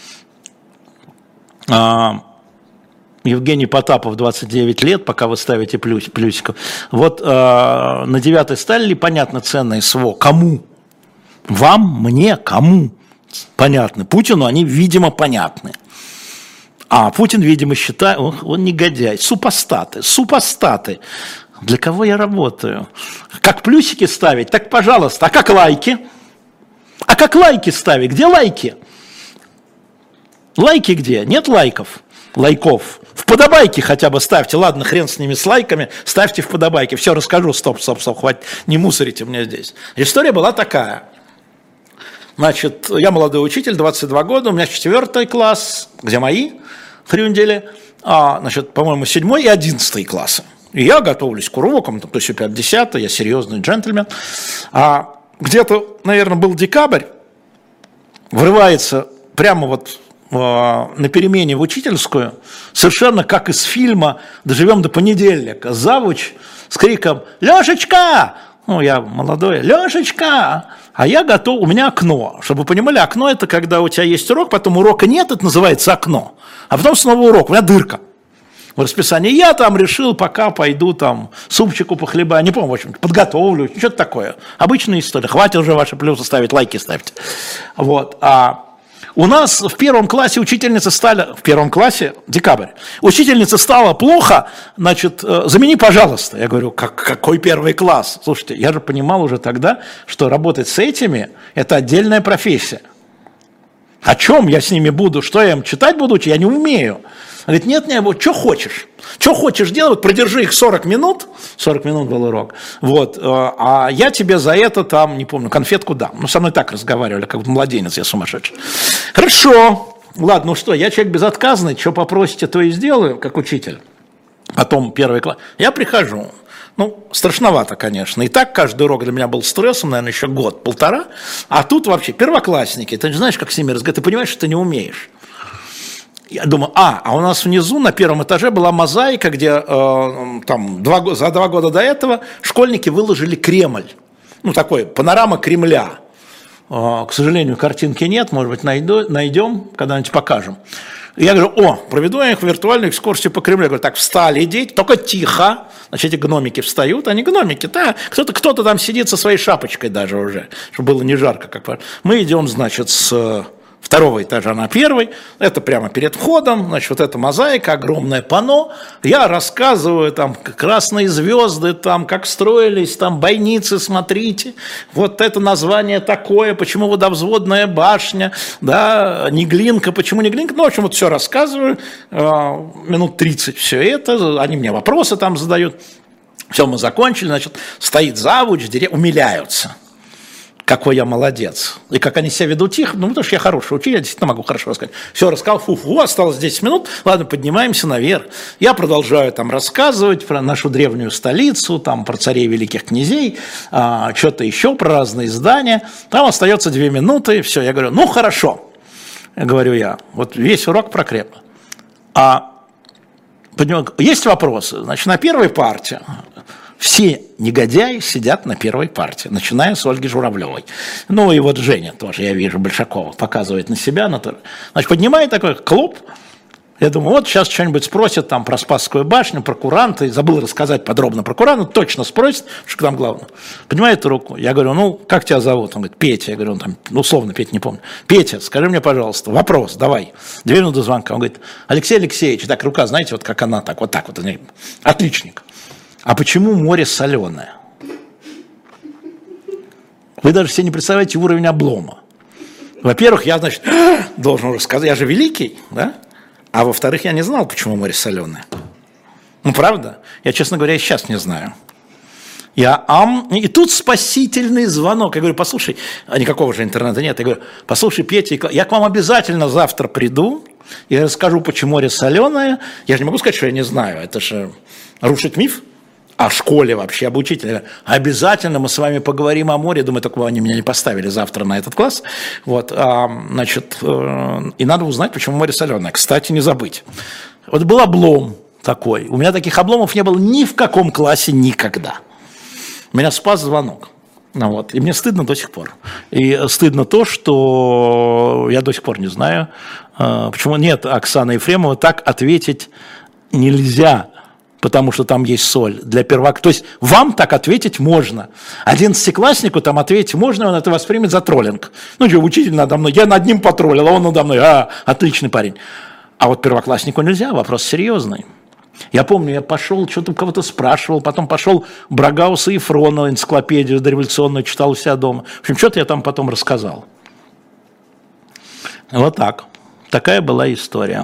Евгений Потапов, 29 лет, пока вы ставите плюсиков. Вот на 9-й стали ли понятно ценные СВО? Кому? Вам, мне, кому? Понятно. Путину они, видимо, понятны. А Путин, видимо, считает, он негодяй. Супостаты. Для кого я работаю? Как плюсики ставить? Так, пожалуйста. А как лайки? А как лайки ставить? Где лайки? Лайки где? Нет лайков. Лайков. В подобайки хотя бы ставьте. Ладно, хрен с ними, с лайками. Ставьте в подобайки. Все, расскажу. Стоп. Хватит. Не мусорите меня здесь. История была такая. Значит, я молодой учитель, 22 года. У меня 4 класс, где мои хрюндели. Значит, по-моему, 7 и 11 классы. И я готовлюсь к урокам, то есть опять 10, я серьезный джентльмен. Где-то, наверное, был декабрь. Врывается прямо вот на перемене в учительскую, совершенно как из фильма «Доживем до понедельника», завуч с криком «Лешечка!» Ну, я молодой, «Лешечка!» А я готов, у меня окно. Чтобы вы понимали, окно – это когда у тебя есть урок, потом урока нет, это называется окно. А потом снова урок, у меня дырка в расписании. Я там решил, пока пойду там супчику похлебаю, не помню, в общем, подготовлю, что-то такое. Обычная история. Хватит уже ваши плюсы ставить, лайки ставьте. Вот. У нас в первом классе учительница стала, в первом классе, декабрь, учительница стала плохо, значит, замени, пожалуйста. Я говорю, какой первый класс? Слушайте, я же понимал уже тогда, что работать с этими – это отдельная профессия. О чем я с ними буду? Что я им читать буду? Я не умею. говорит, нет, вот что хочешь делать, вот продержи их 40 минут был урок, вот, а я тебе за это там, не помню, конфетку дам. Ну, со мной так разговаривали, как младенец, я сумасшедший. Хорошо, ладно, ну что, я человек безотказный, что попросите, то и сделаю, как учитель. Потом первый класс. Я прихожу. Ну, страшновато, конечно. И так каждый урок для меня был стрессом, наверное, еще год-полтора. А тут вообще первоклассники. Ты же знаешь, как с ними разговаривать. Ты понимаешь, что ты не умеешь. Я думаю, а у нас внизу на первом этаже была мозаика, где там за 2 года до этого школьники выложили Кремль. Ну, такой, панорама Кремля. К сожалению, картинки нет. Может быть, найдем, когда-нибудь покажем. Я говорю, проведу я их виртуальную экскурсию по Кремлю. Я говорю, так, встали дети, только тихо. Значит, эти гномики встают, они гномики, да, кто-то там сидит со своей шапочкой даже уже, чтобы было не жарко. Мы идем, значит, с 2-го этажа на 1-й, это прямо перед входом, значит, вот эта мозаика, огромное панно, я рассказываю, там, красные звезды, там, как строились, там, бойницы, смотрите, вот это название такое, почему водовзводная башня, да, Неглинка, почему Неглинка, ну, в общем, вот все рассказываю, минут 30 все это, они мне вопросы там задают, все, мы закончили, значит, стоит завуч, умиляются. Какой я молодец. И как они себя ведут тихо, ну, потому что я хороший учитель, я действительно могу хорошо рассказать. Все, рассказал, осталось 10 минут, ладно, поднимаемся наверх. Я продолжаю там рассказывать про нашу древнюю столицу, там, про царей великих князей, что-то еще, про разные здания. Там остается 2 минуты, все, я говорю, ну, хорошо, говорю я, вот весь урок про Кремль. Есть вопросы? Значит, на первой парте все негодяи сидят на первой партии, начиная с Ольги Журавлевой. Ну и вот Женя тоже, я вижу, Большакова показывает на себя. Значит, поднимает такой клуб. Я думаю, вот сейчас что-нибудь спросят там про Спасскую башню, про куранты. Забыл рассказать подробно про куранты, точно спросит, что там главное. Поднимает руку. Я говорю, ну, как тебя зовут? Он говорит, Петя. Я говорю, он там, условно, Петя, не помню. Петя, скажи мне, пожалуйста, вопрос, давай. 2 минуты до звонка. Он говорит, Алексей Алексеевич, так рука, знаете, вот как она, так вот. Отличник. А почему море соленое? Вы даже себе не представляете уровень облома. Во-первых, я, значит, должен рассказать, я же великий, да? А во-вторых, я не знал, почему море соленое. Ну, правда? Я, честно говоря, и сейчас не знаю. И тут спасительный звонок. Я говорю, послушай, никакого же интернета нет. Я говорю, послушай, Петя, я к вам обязательно завтра приду и расскажу, почему море соленое. Я же не могу сказать, что я не знаю. Это же рушить миф. О школе вообще, об учителе. Обязательно мы с вами поговорим о море. Думаю, такого они меня не поставили завтра на этот класс. Вот, значит, и надо узнать, почему море соленое. Кстати, не забыть. Вот был облом такой. У меня таких обломов не было ни в каком классе никогда. Меня спас звонок. Вот. И мне стыдно до сих пор. И стыдно то, что я до сих пор не знаю, почему нет, Оксана Ефремова, так ответить нельзя. Потому что там есть соль для первак. То есть вам так ответить можно. 11-класснику там ответить можно, он это воспримет за троллинг. Ну что, учитель надо мной, я над ним потроллил, а он надо мной, отличный парень. А вот первокласснику нельзя, вопрос серьезный. Я помню, я пошел, что-то кого-то спрашивал, потом пошел Брагауса и Ефронова, энциклопедию дореволюционную читал у себя дома. В общем, что-то я там потом рассказал. Вот так. Такая была история.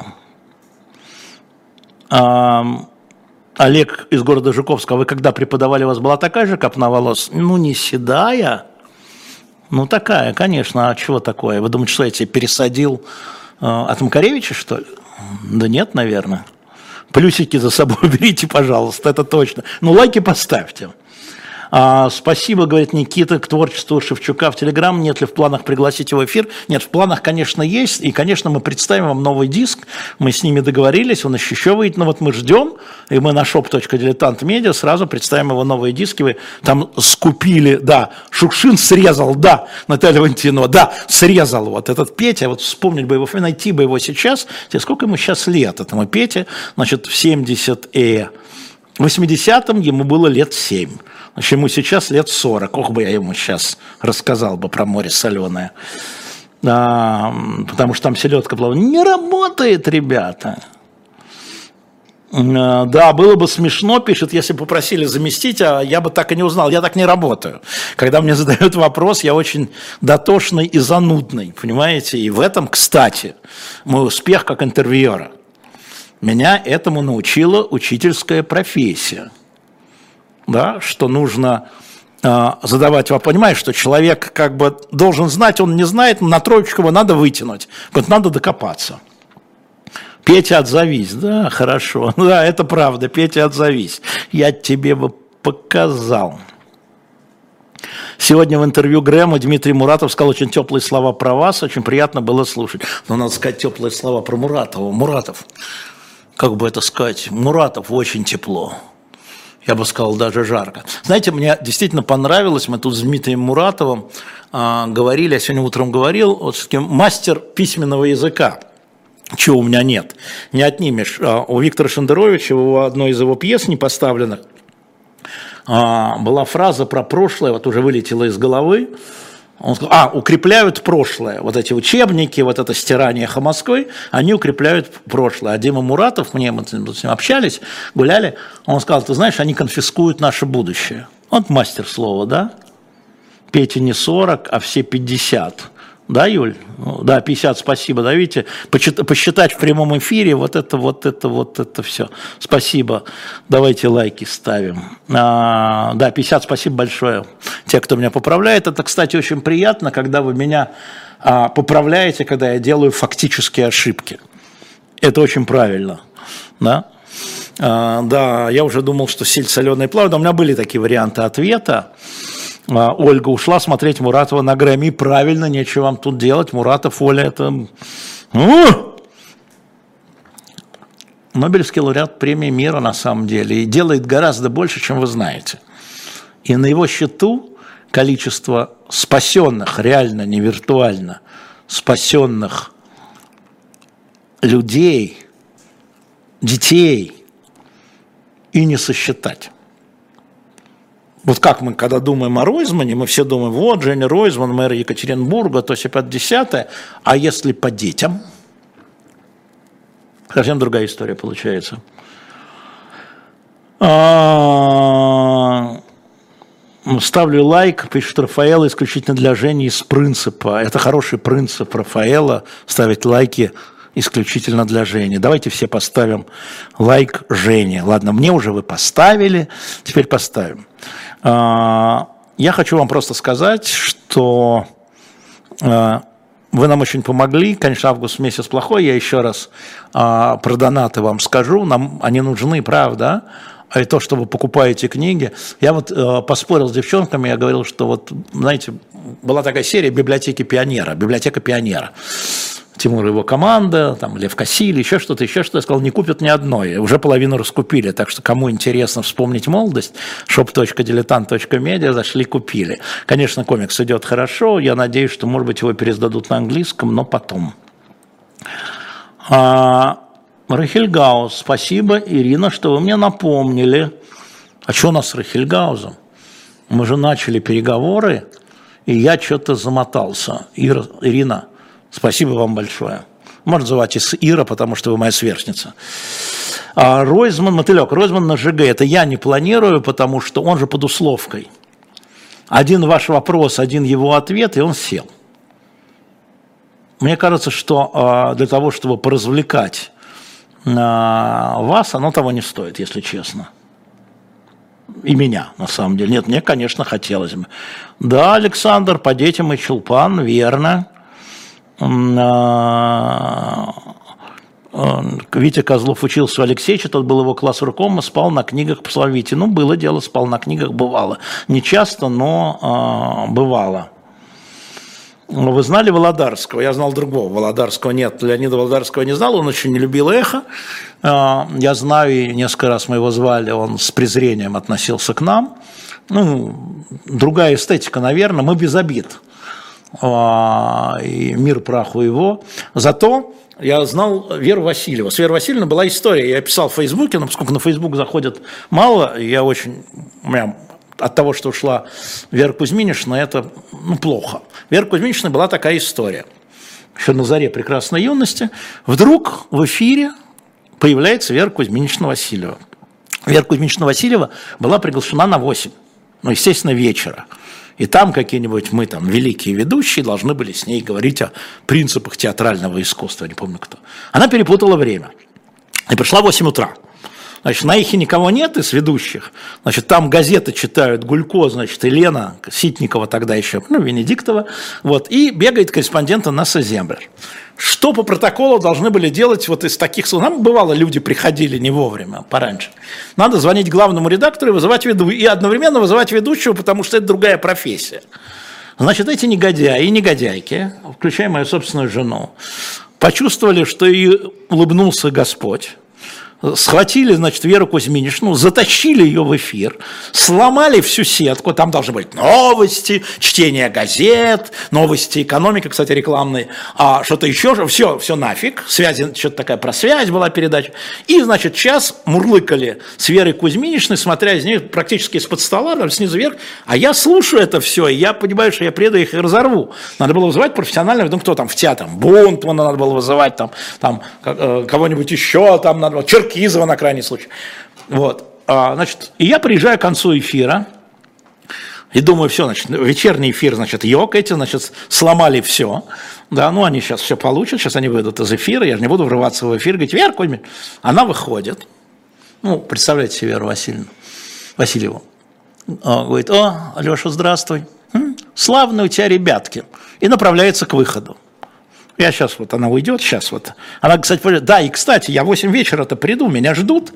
Олег из города Жуковска, вы когда преподавали, у вас была такая же копна волос? Ну, не седая, ну, такая, конечно, а чего такое? Вы думаете, что я тебе пересадил от Макаревича, что ли? Да нет, наверное. Плюсики за собой уберите, пожалуйста, это точно. Ну, лайки поставьте. Спасибо, говорит Никита, к творчеству Шевчука в Телеграм. Нет ли в планах пригласить его в эфир? Нет, в планах, конечно, есть. И, конечно, мы представим вам новый диск. Мы с ними договорились, он еще выйдет. Но вот мы ждем, и мы на shop.diletant.media сразу представим его новые диски. Вы там скупили, да, Шукшин срезал, да, Наталья Валентинова, да, срезал вот этот Петя. Вот вспомнить бы его, найти бы его сейчас. Сколько ему сейчас лет, этому Пете? Значит, в 80-м ему было лет 7. Значит, ему сейчас лет 40. Ох бы я ему сейчас рассказал бы про море соленое. Потому что там селедка плавает. Не работает, ребята. Да, было бы смешно, пишет, если бы попросили заместить, а я бы так и не узнал. Я так не работаю. Когда мне задают вопрос, я очень дотошный и занудный, понимаете? И в этом, кстати, мой успех как интервьюера. Меня этому научила учительская профессия. Да, что нужно задавать вопрос. Понимаешь, что человек как бы должен знать, он не знает, на троечку его надо вытянуть. Вот надо докопаться. Петя, отзовись. Да, хорошо. Да, это правда. Петя, отзовись. Я тебе бы показал. Сегодня в интервью Грэму Дмитрий Муратов сказал очень теплые слова про вас. Очень приятно было слушать. Но надо сказать теплые слова про Муратова. Муратов, как бы это сказать, Муратов очень тепло. Я бы сказал, даже жарко. Знаете, мне действительно понравилось, мы тут с Дмитрием Муратовым говорили, я сегодня утром говорил, вот все-таки мастер письменного языка, чего у меня нет, не отнимешь. У Виктора Шендеровича, в одной из его пьес непоставленных, была фраза про прошлое, вот уже вылетела из головы. Он сказал, укрепляют прошлое. Вот эти учебники, вот это стирание эхо Москвы, они укрепляют прошлое. А Дима Муратов, мы с ним общались, гуляли, он сказал, ты знаешь, они конфискуют наше будущее. Вот мастер слова, да? Пете не 40, а все 50. Да, Юль? Да, 50, спасибо. Да, видите, посчитать в прямом эфире, вот это все. Спасибо. Давайте лайки ставим. Да, 50, спасибо большое. Те, кто меня поправляет. Это, кстати, очень приятно, когда вы меня поправляете, когда я делаю фактические ошибки. Это очень правильно. Да? Да, я уже думал, что сельдь соленая плавает. У меня были такие варианты ответа. Ольга ушла смотреть Муратова на Грэмми. Правильно, нечего вам тут делать. Муратов, Оля, это... Нобелевский лауреат премии мира на самом деле. И делает гораздо больше, чем вы знаете. И на его счету количество спасенных, реально, не виртуально, спасенных людей, детей и не сосчитать. Вот как мы, когда думаем о Ройзмане, мы все думаем, вот, Женя Ройзман, мэр Екатеринбурга, то все 50-е, а если по детям? Совсем другая история получается. Ставлю лайк, пишет Рафаэла, исключительно для Жени из принципа. Это хороший принцип Рафаэла, ставить лайки исключительно для Жени. Давайте все поставим лайк Жене. Ладно, мне уже вы поставили, теперь поставим. Я хочу вам просто сказать, что вы нам очень помогли. Конечно, август месяц плохой. Я еще раз про донаты вам скажу. Нам они нужны, правда. А и то, что вы покупаете книги. Я вот поспорил с девчонками, я говорил, что вот, знаете, была такая серия «Библиотека пионера». Тимур и его команда, там Лев Кассиль, еще что-то. Я сказал, не купят ни одной. Уже половину раскупили, так что кому интересно вспомнить молодость, shop.diletant.media, зашли, купили. Конечно, комикс идет хорошо, я надеюсь, что, может быть, его пересдадут на английском, но потом. Рахельгаус, спасибо, Ирина, что вы мне напомнили. А что у нас с Рахельгаузом? Мы же начали переговоры, и я что-то замотался. Ирина, спасибо вам большое. Можно звать Ира, потому что вы моя сверстница. Ройзман, Мотылек, Ройзман на ЖГ. Это я не планирую, потому что он же под условкой. Один ваш вопрос, один его ответ, и он сел. Мне кажется, что для того, чтобы поразвлекать вас, оно того не стоит, если честно. И меня, на самом деле. Нет, мне, конечно, хотелось бы. Да, Александр, по детям и Чулпан, верно. Витя Козлов учился у Алексеевича, тот был его класс руком, спал на книгах по слову Вити. Ну, было дело, спал на книгах, бывало. Не часто, но бывало. Вы знали Володарского? Я знал другого. Володарского нет. Леонида Володарского не знал, он очень не любил эхо. Я знаю, и несколько раз мы его звали, он с презрением относился к нам. Ну, другая эстетика, наверное, мы без обид. И мир праху его. Зато я знал Веру Васильеву. С Верой Васильевной была история. Я писал в Фейсбуке, но поскольку на Фейсбук заходят мало, я очень... От того, что ушла Вера Кузьминична, это плохо. Вера Кузьминична была такая история. Еще на заре прекрасной юности. Вдруг в эфире появляется Вера Кузьминична Васильева. Вера Кузьминична Васильева была приглашена на 8. Естественно, вечера. И там какие-нибудь мы, там, великие ведущие, должны были с ней говорить о принципах театрального искусства. Не помню кто. Она перепутала время. И пришла в 8 утра. Значит, на эхе никого нет из ведущих. Значит, там газеты читают Гулько, значит, и Лена Ситникова тогда еще, Венедиктова. Вот, и бегает корреспондент Инесса Землер. Что по протоколу должны были делать вот из таких... Нам бывало, люди приходили не вовремя, пораньше. Надо звонить главному редактору и вызывать и одновременно вызывать ведущего, потому что это другая профессия. Значит, эти негодяи и негодяйки, включая мою собственную жену, почувствовали, что ей улыбнулся Господь. Схватили, значит, Веру Кузьминичну, затащили ее в эфир, сломали всю сетку, там должны быть новости, чтение газет, новости экономики, кстати, рекламные, а что-то еще, все нафиг, связи, что-то такая про связь была передача, и, значит, час мурлыкали с Верой Кузьминичной, смотря из нее практически из-под стола, там, снизу вверх, а я слушаю это все, и я понимаю, что я приеду их и разорву. Надо было вызывать профессионального, кто там в театре, Бунтмана надо было вызывать, там кого-нибудь еще, там надо было, Черкизова на крайний случай. Вот. Значит, и я приезжаю к концу эфира и думаю, все, значит, вечерний эфир, значит, эти, значит, сломали все. Да, ну они сейчас все получат, сейчас они выйдут из эфира, я же не буду врываться в эфир, говорить, Вера Кузьминична, она выходит, представляете себе Веру Васильеву, говорит, Алеша, здравствуй, славные у тебя ребятки, и направляется к выходу. Я сейчас, вот она уйдет, сейчас вот. Она, кстати, да, и, кстати, я в 8 вечера-то приду, меня ждут.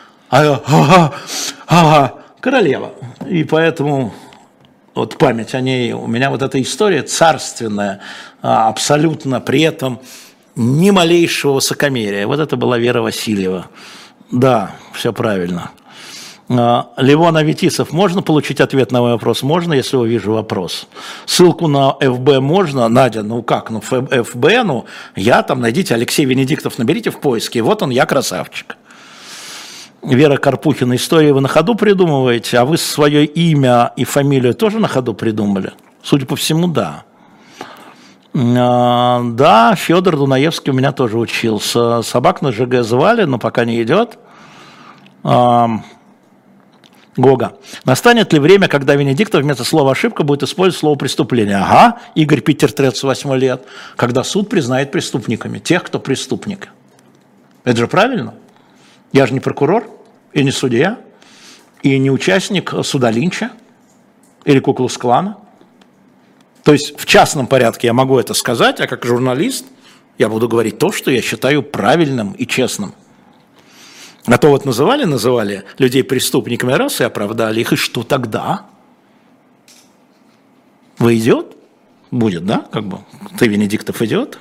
Королева. И поэтому вот память о ней, у меня вот эта история царственная, абсолютно при этом ни малейшего высокомерия. Вот это была Вера Васильева. Да, все правильно. Левон Аветисов, можно получить ответ на мой вопрос? Можно, если увижу вопрос. Ссылку на ФБ можно? Надя, ФБ, я там, найдите, Алексей Венедиктов, наберите в поиске, вот он, я красавчик. Вера Карпухина, истории вы на ходу придумываете, а вы свое имя и фамилию тоже на ходу придумали? Судя по всему, да. Да, Федор Дунаевский у меня тоже учился. Собак на ЖГ звали, но пока не идет. Гога. Настанет ли время, когда Венедиктов вместо слова «ошибка» будет использовать слово «преступление»? Ага, Игорь Питер, 38 лет. Когда суд признает преступниками тех, кто преступник. Это же правильно? Я же не прокурор, и не судья, и не участник суда Линча или Ку-клукс-клана. То есть в частном порядке я могу это сказать, а как журналист я буду говорить то, что я считаю правильным и честным. А то вот называли людей преступниками раз и оправдали их, и что тогда? Идет? Будет, да? Как бы ты, Венедиктов, идет?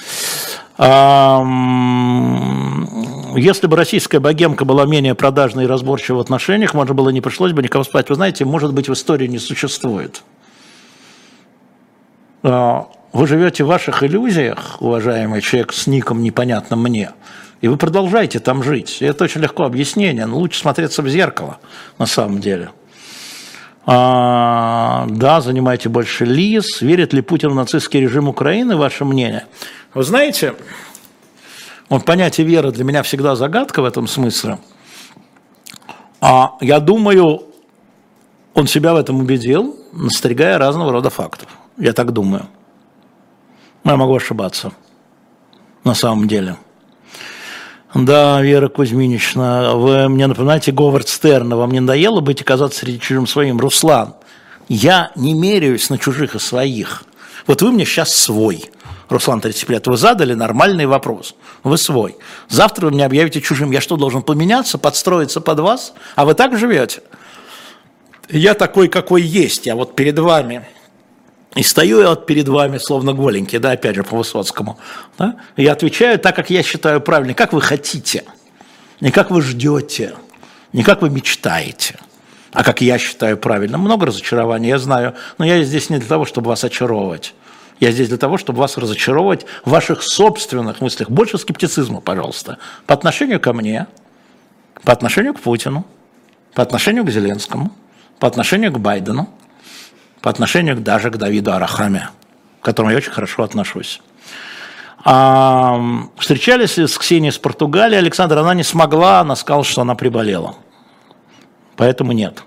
Если бы российская богемка была менее продажной и разборчива в отношениях, можно было не пришлось бы никого спать. Вы знаете, может быть, в истории не существует. Вы живете в ваших иллюзиях, уважаемый человек с ником непонятным мне, и вы продолжаете там жить. И это очень легко объяснение, но лучше смотреться в зеркало на самом деле. Да, занимаете больше лиц. Верит ли Путин в нацистский режим Украины, ваше мнение? Вы знаете, вот понятие веры для меня всегда загадка в этом смысле. Я думаю, он себя в этом убедил, настригая разного рода фактов. Я так думаю. Но я могу ошибаться. На самом деле. Да, Вера Кузьминична, вы мне напоминаете Говард Стерна. Вам не надоело быть и казаться среди чужим своим? Руслан, я не меряюсь на чужих и своих. Вот вы мне сейчас свой. Руслан 30 лет, вы задали нормальный вопрос. Вы свой. Завтра вы меня объявите чужим. Я что, должен поменяться, подстроиться под вас? А вы так живете? Я такой, какой есть. Я вот перед вами. И стою я вот перед вами, словно голенький, да, опять же, по Высоцкому. Да? И я отвечаю так, как я считаю правильно. Как вы хотите. Не как вы ждете. Не как вы мечтаете. А как я считаю правильно. Много разочарований, я знаю. Но я здесь не для того, чтобы вас очаровывать. Я здесь для того, чтобы вас разочаровывать в ваших собственных мыслях. Больше скептицизма, пожалуйста. По отношению ко мне, по отношению к Путину, по отношению к Зеленскому, по отношению к Байдену, по отношению даже к Давиду Арахаме, к которому я очень хорошо отношусь. Встречались с Ксенией из Португалии. Александра, она не смогла, она сказала, что она приболела. Поэтому нет.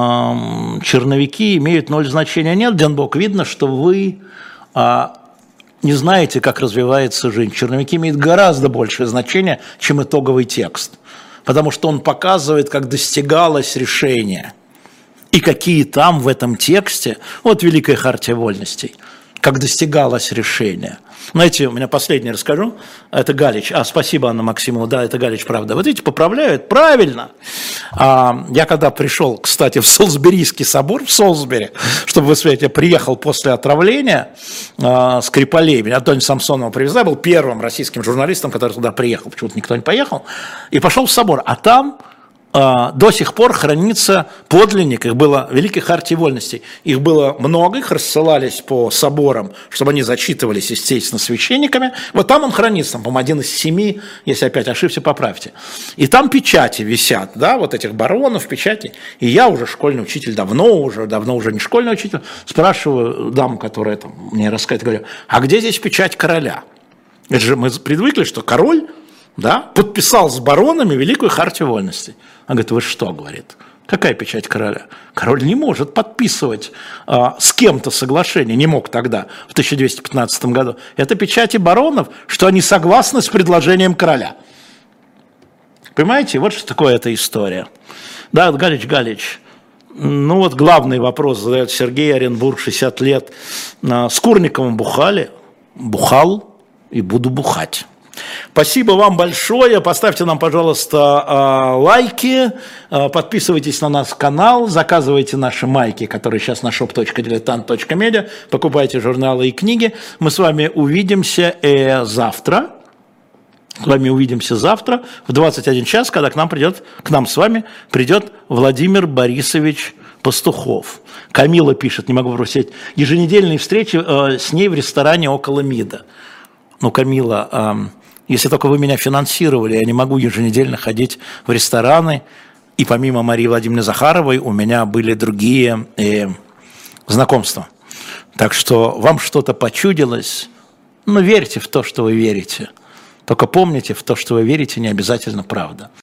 Черновики имеют 0 значения. Нет, Денбок, видно, что вы не знаете, как развивается жизнь. Черновики имеют гораздо большее значение, чем итоговый текст. Потому что он показывает, как достигалось решение. И какие там в этом тексте, вот Великая Хартия Вольностей, как достигалось решение. Знаете, у меня последнее расскажу, это Галич. Спасибо, Анна Максимова, да, это Галич, правда. Вот видите, поправляют, правильно. Я когда пришел, кстати, в Солсберийский собор, в Солсбери, чтобы вы знаете, я приехал после отравления Скрипалей, меня Антония Самсонова привезла, был первым российским журналистом, который туда приехал, почему-то никто не поехал, и пошел в собор, а там до сих пор хранится подлинник, их было Великой Хартии Вольностей, их было много, их рассылались по соборам, чтобы они зачитывались, естественно, священниками, вот там он хранится, там, по-моему, 1 из 7, если опять ошибся, поправьте, и там печати висят, да, вот этих баронов, печати, и я уже школьный учитель, давно уже не школьный учитель, спрашиваю даму, которая там мне рассказывает, говорю, а где здесь печать короля? Это же мы привыкли, что король, да, подписал с баронами Великую Хартию Вольностей. Он говорит, вы что, говорит, какая печать короля? Король не может подписывать с кем-то соглашение, не мог тогда, в 1215 году. Это печати баронов, что они согласны с предложением короля. Понимаете, вот что такое эта история. Да, Галич, ну вот главный вопрос задает Сергей Оренбург, 60 лет. С Курниковым бухал и буду бухать. Спасибо вам большое. Поставьте нам, пожалуйста, лайки, подписывайтесь на наш канал, заказывайте наши майки, которые сейчас на shop.diletant.media, покупайте журналы и книги. Мы с вами увидимся завтра. В 21 час, когда к нам с вами придет Владимир Борисович Пастухов. Камила пишет, не могу бросить, еженедельные встречи с ней в ресторане около МИДа. Ну, Камила, если только вы меня финансировали, я не могу еженедельно ходить в рестораны. И помимо Марии Владимировны Захаровой у меня были другие знакомства. Так что вам что-то почудилось, но верьте в то, что вы верите. Только помните, в то, что вы верите, не обязательно правда.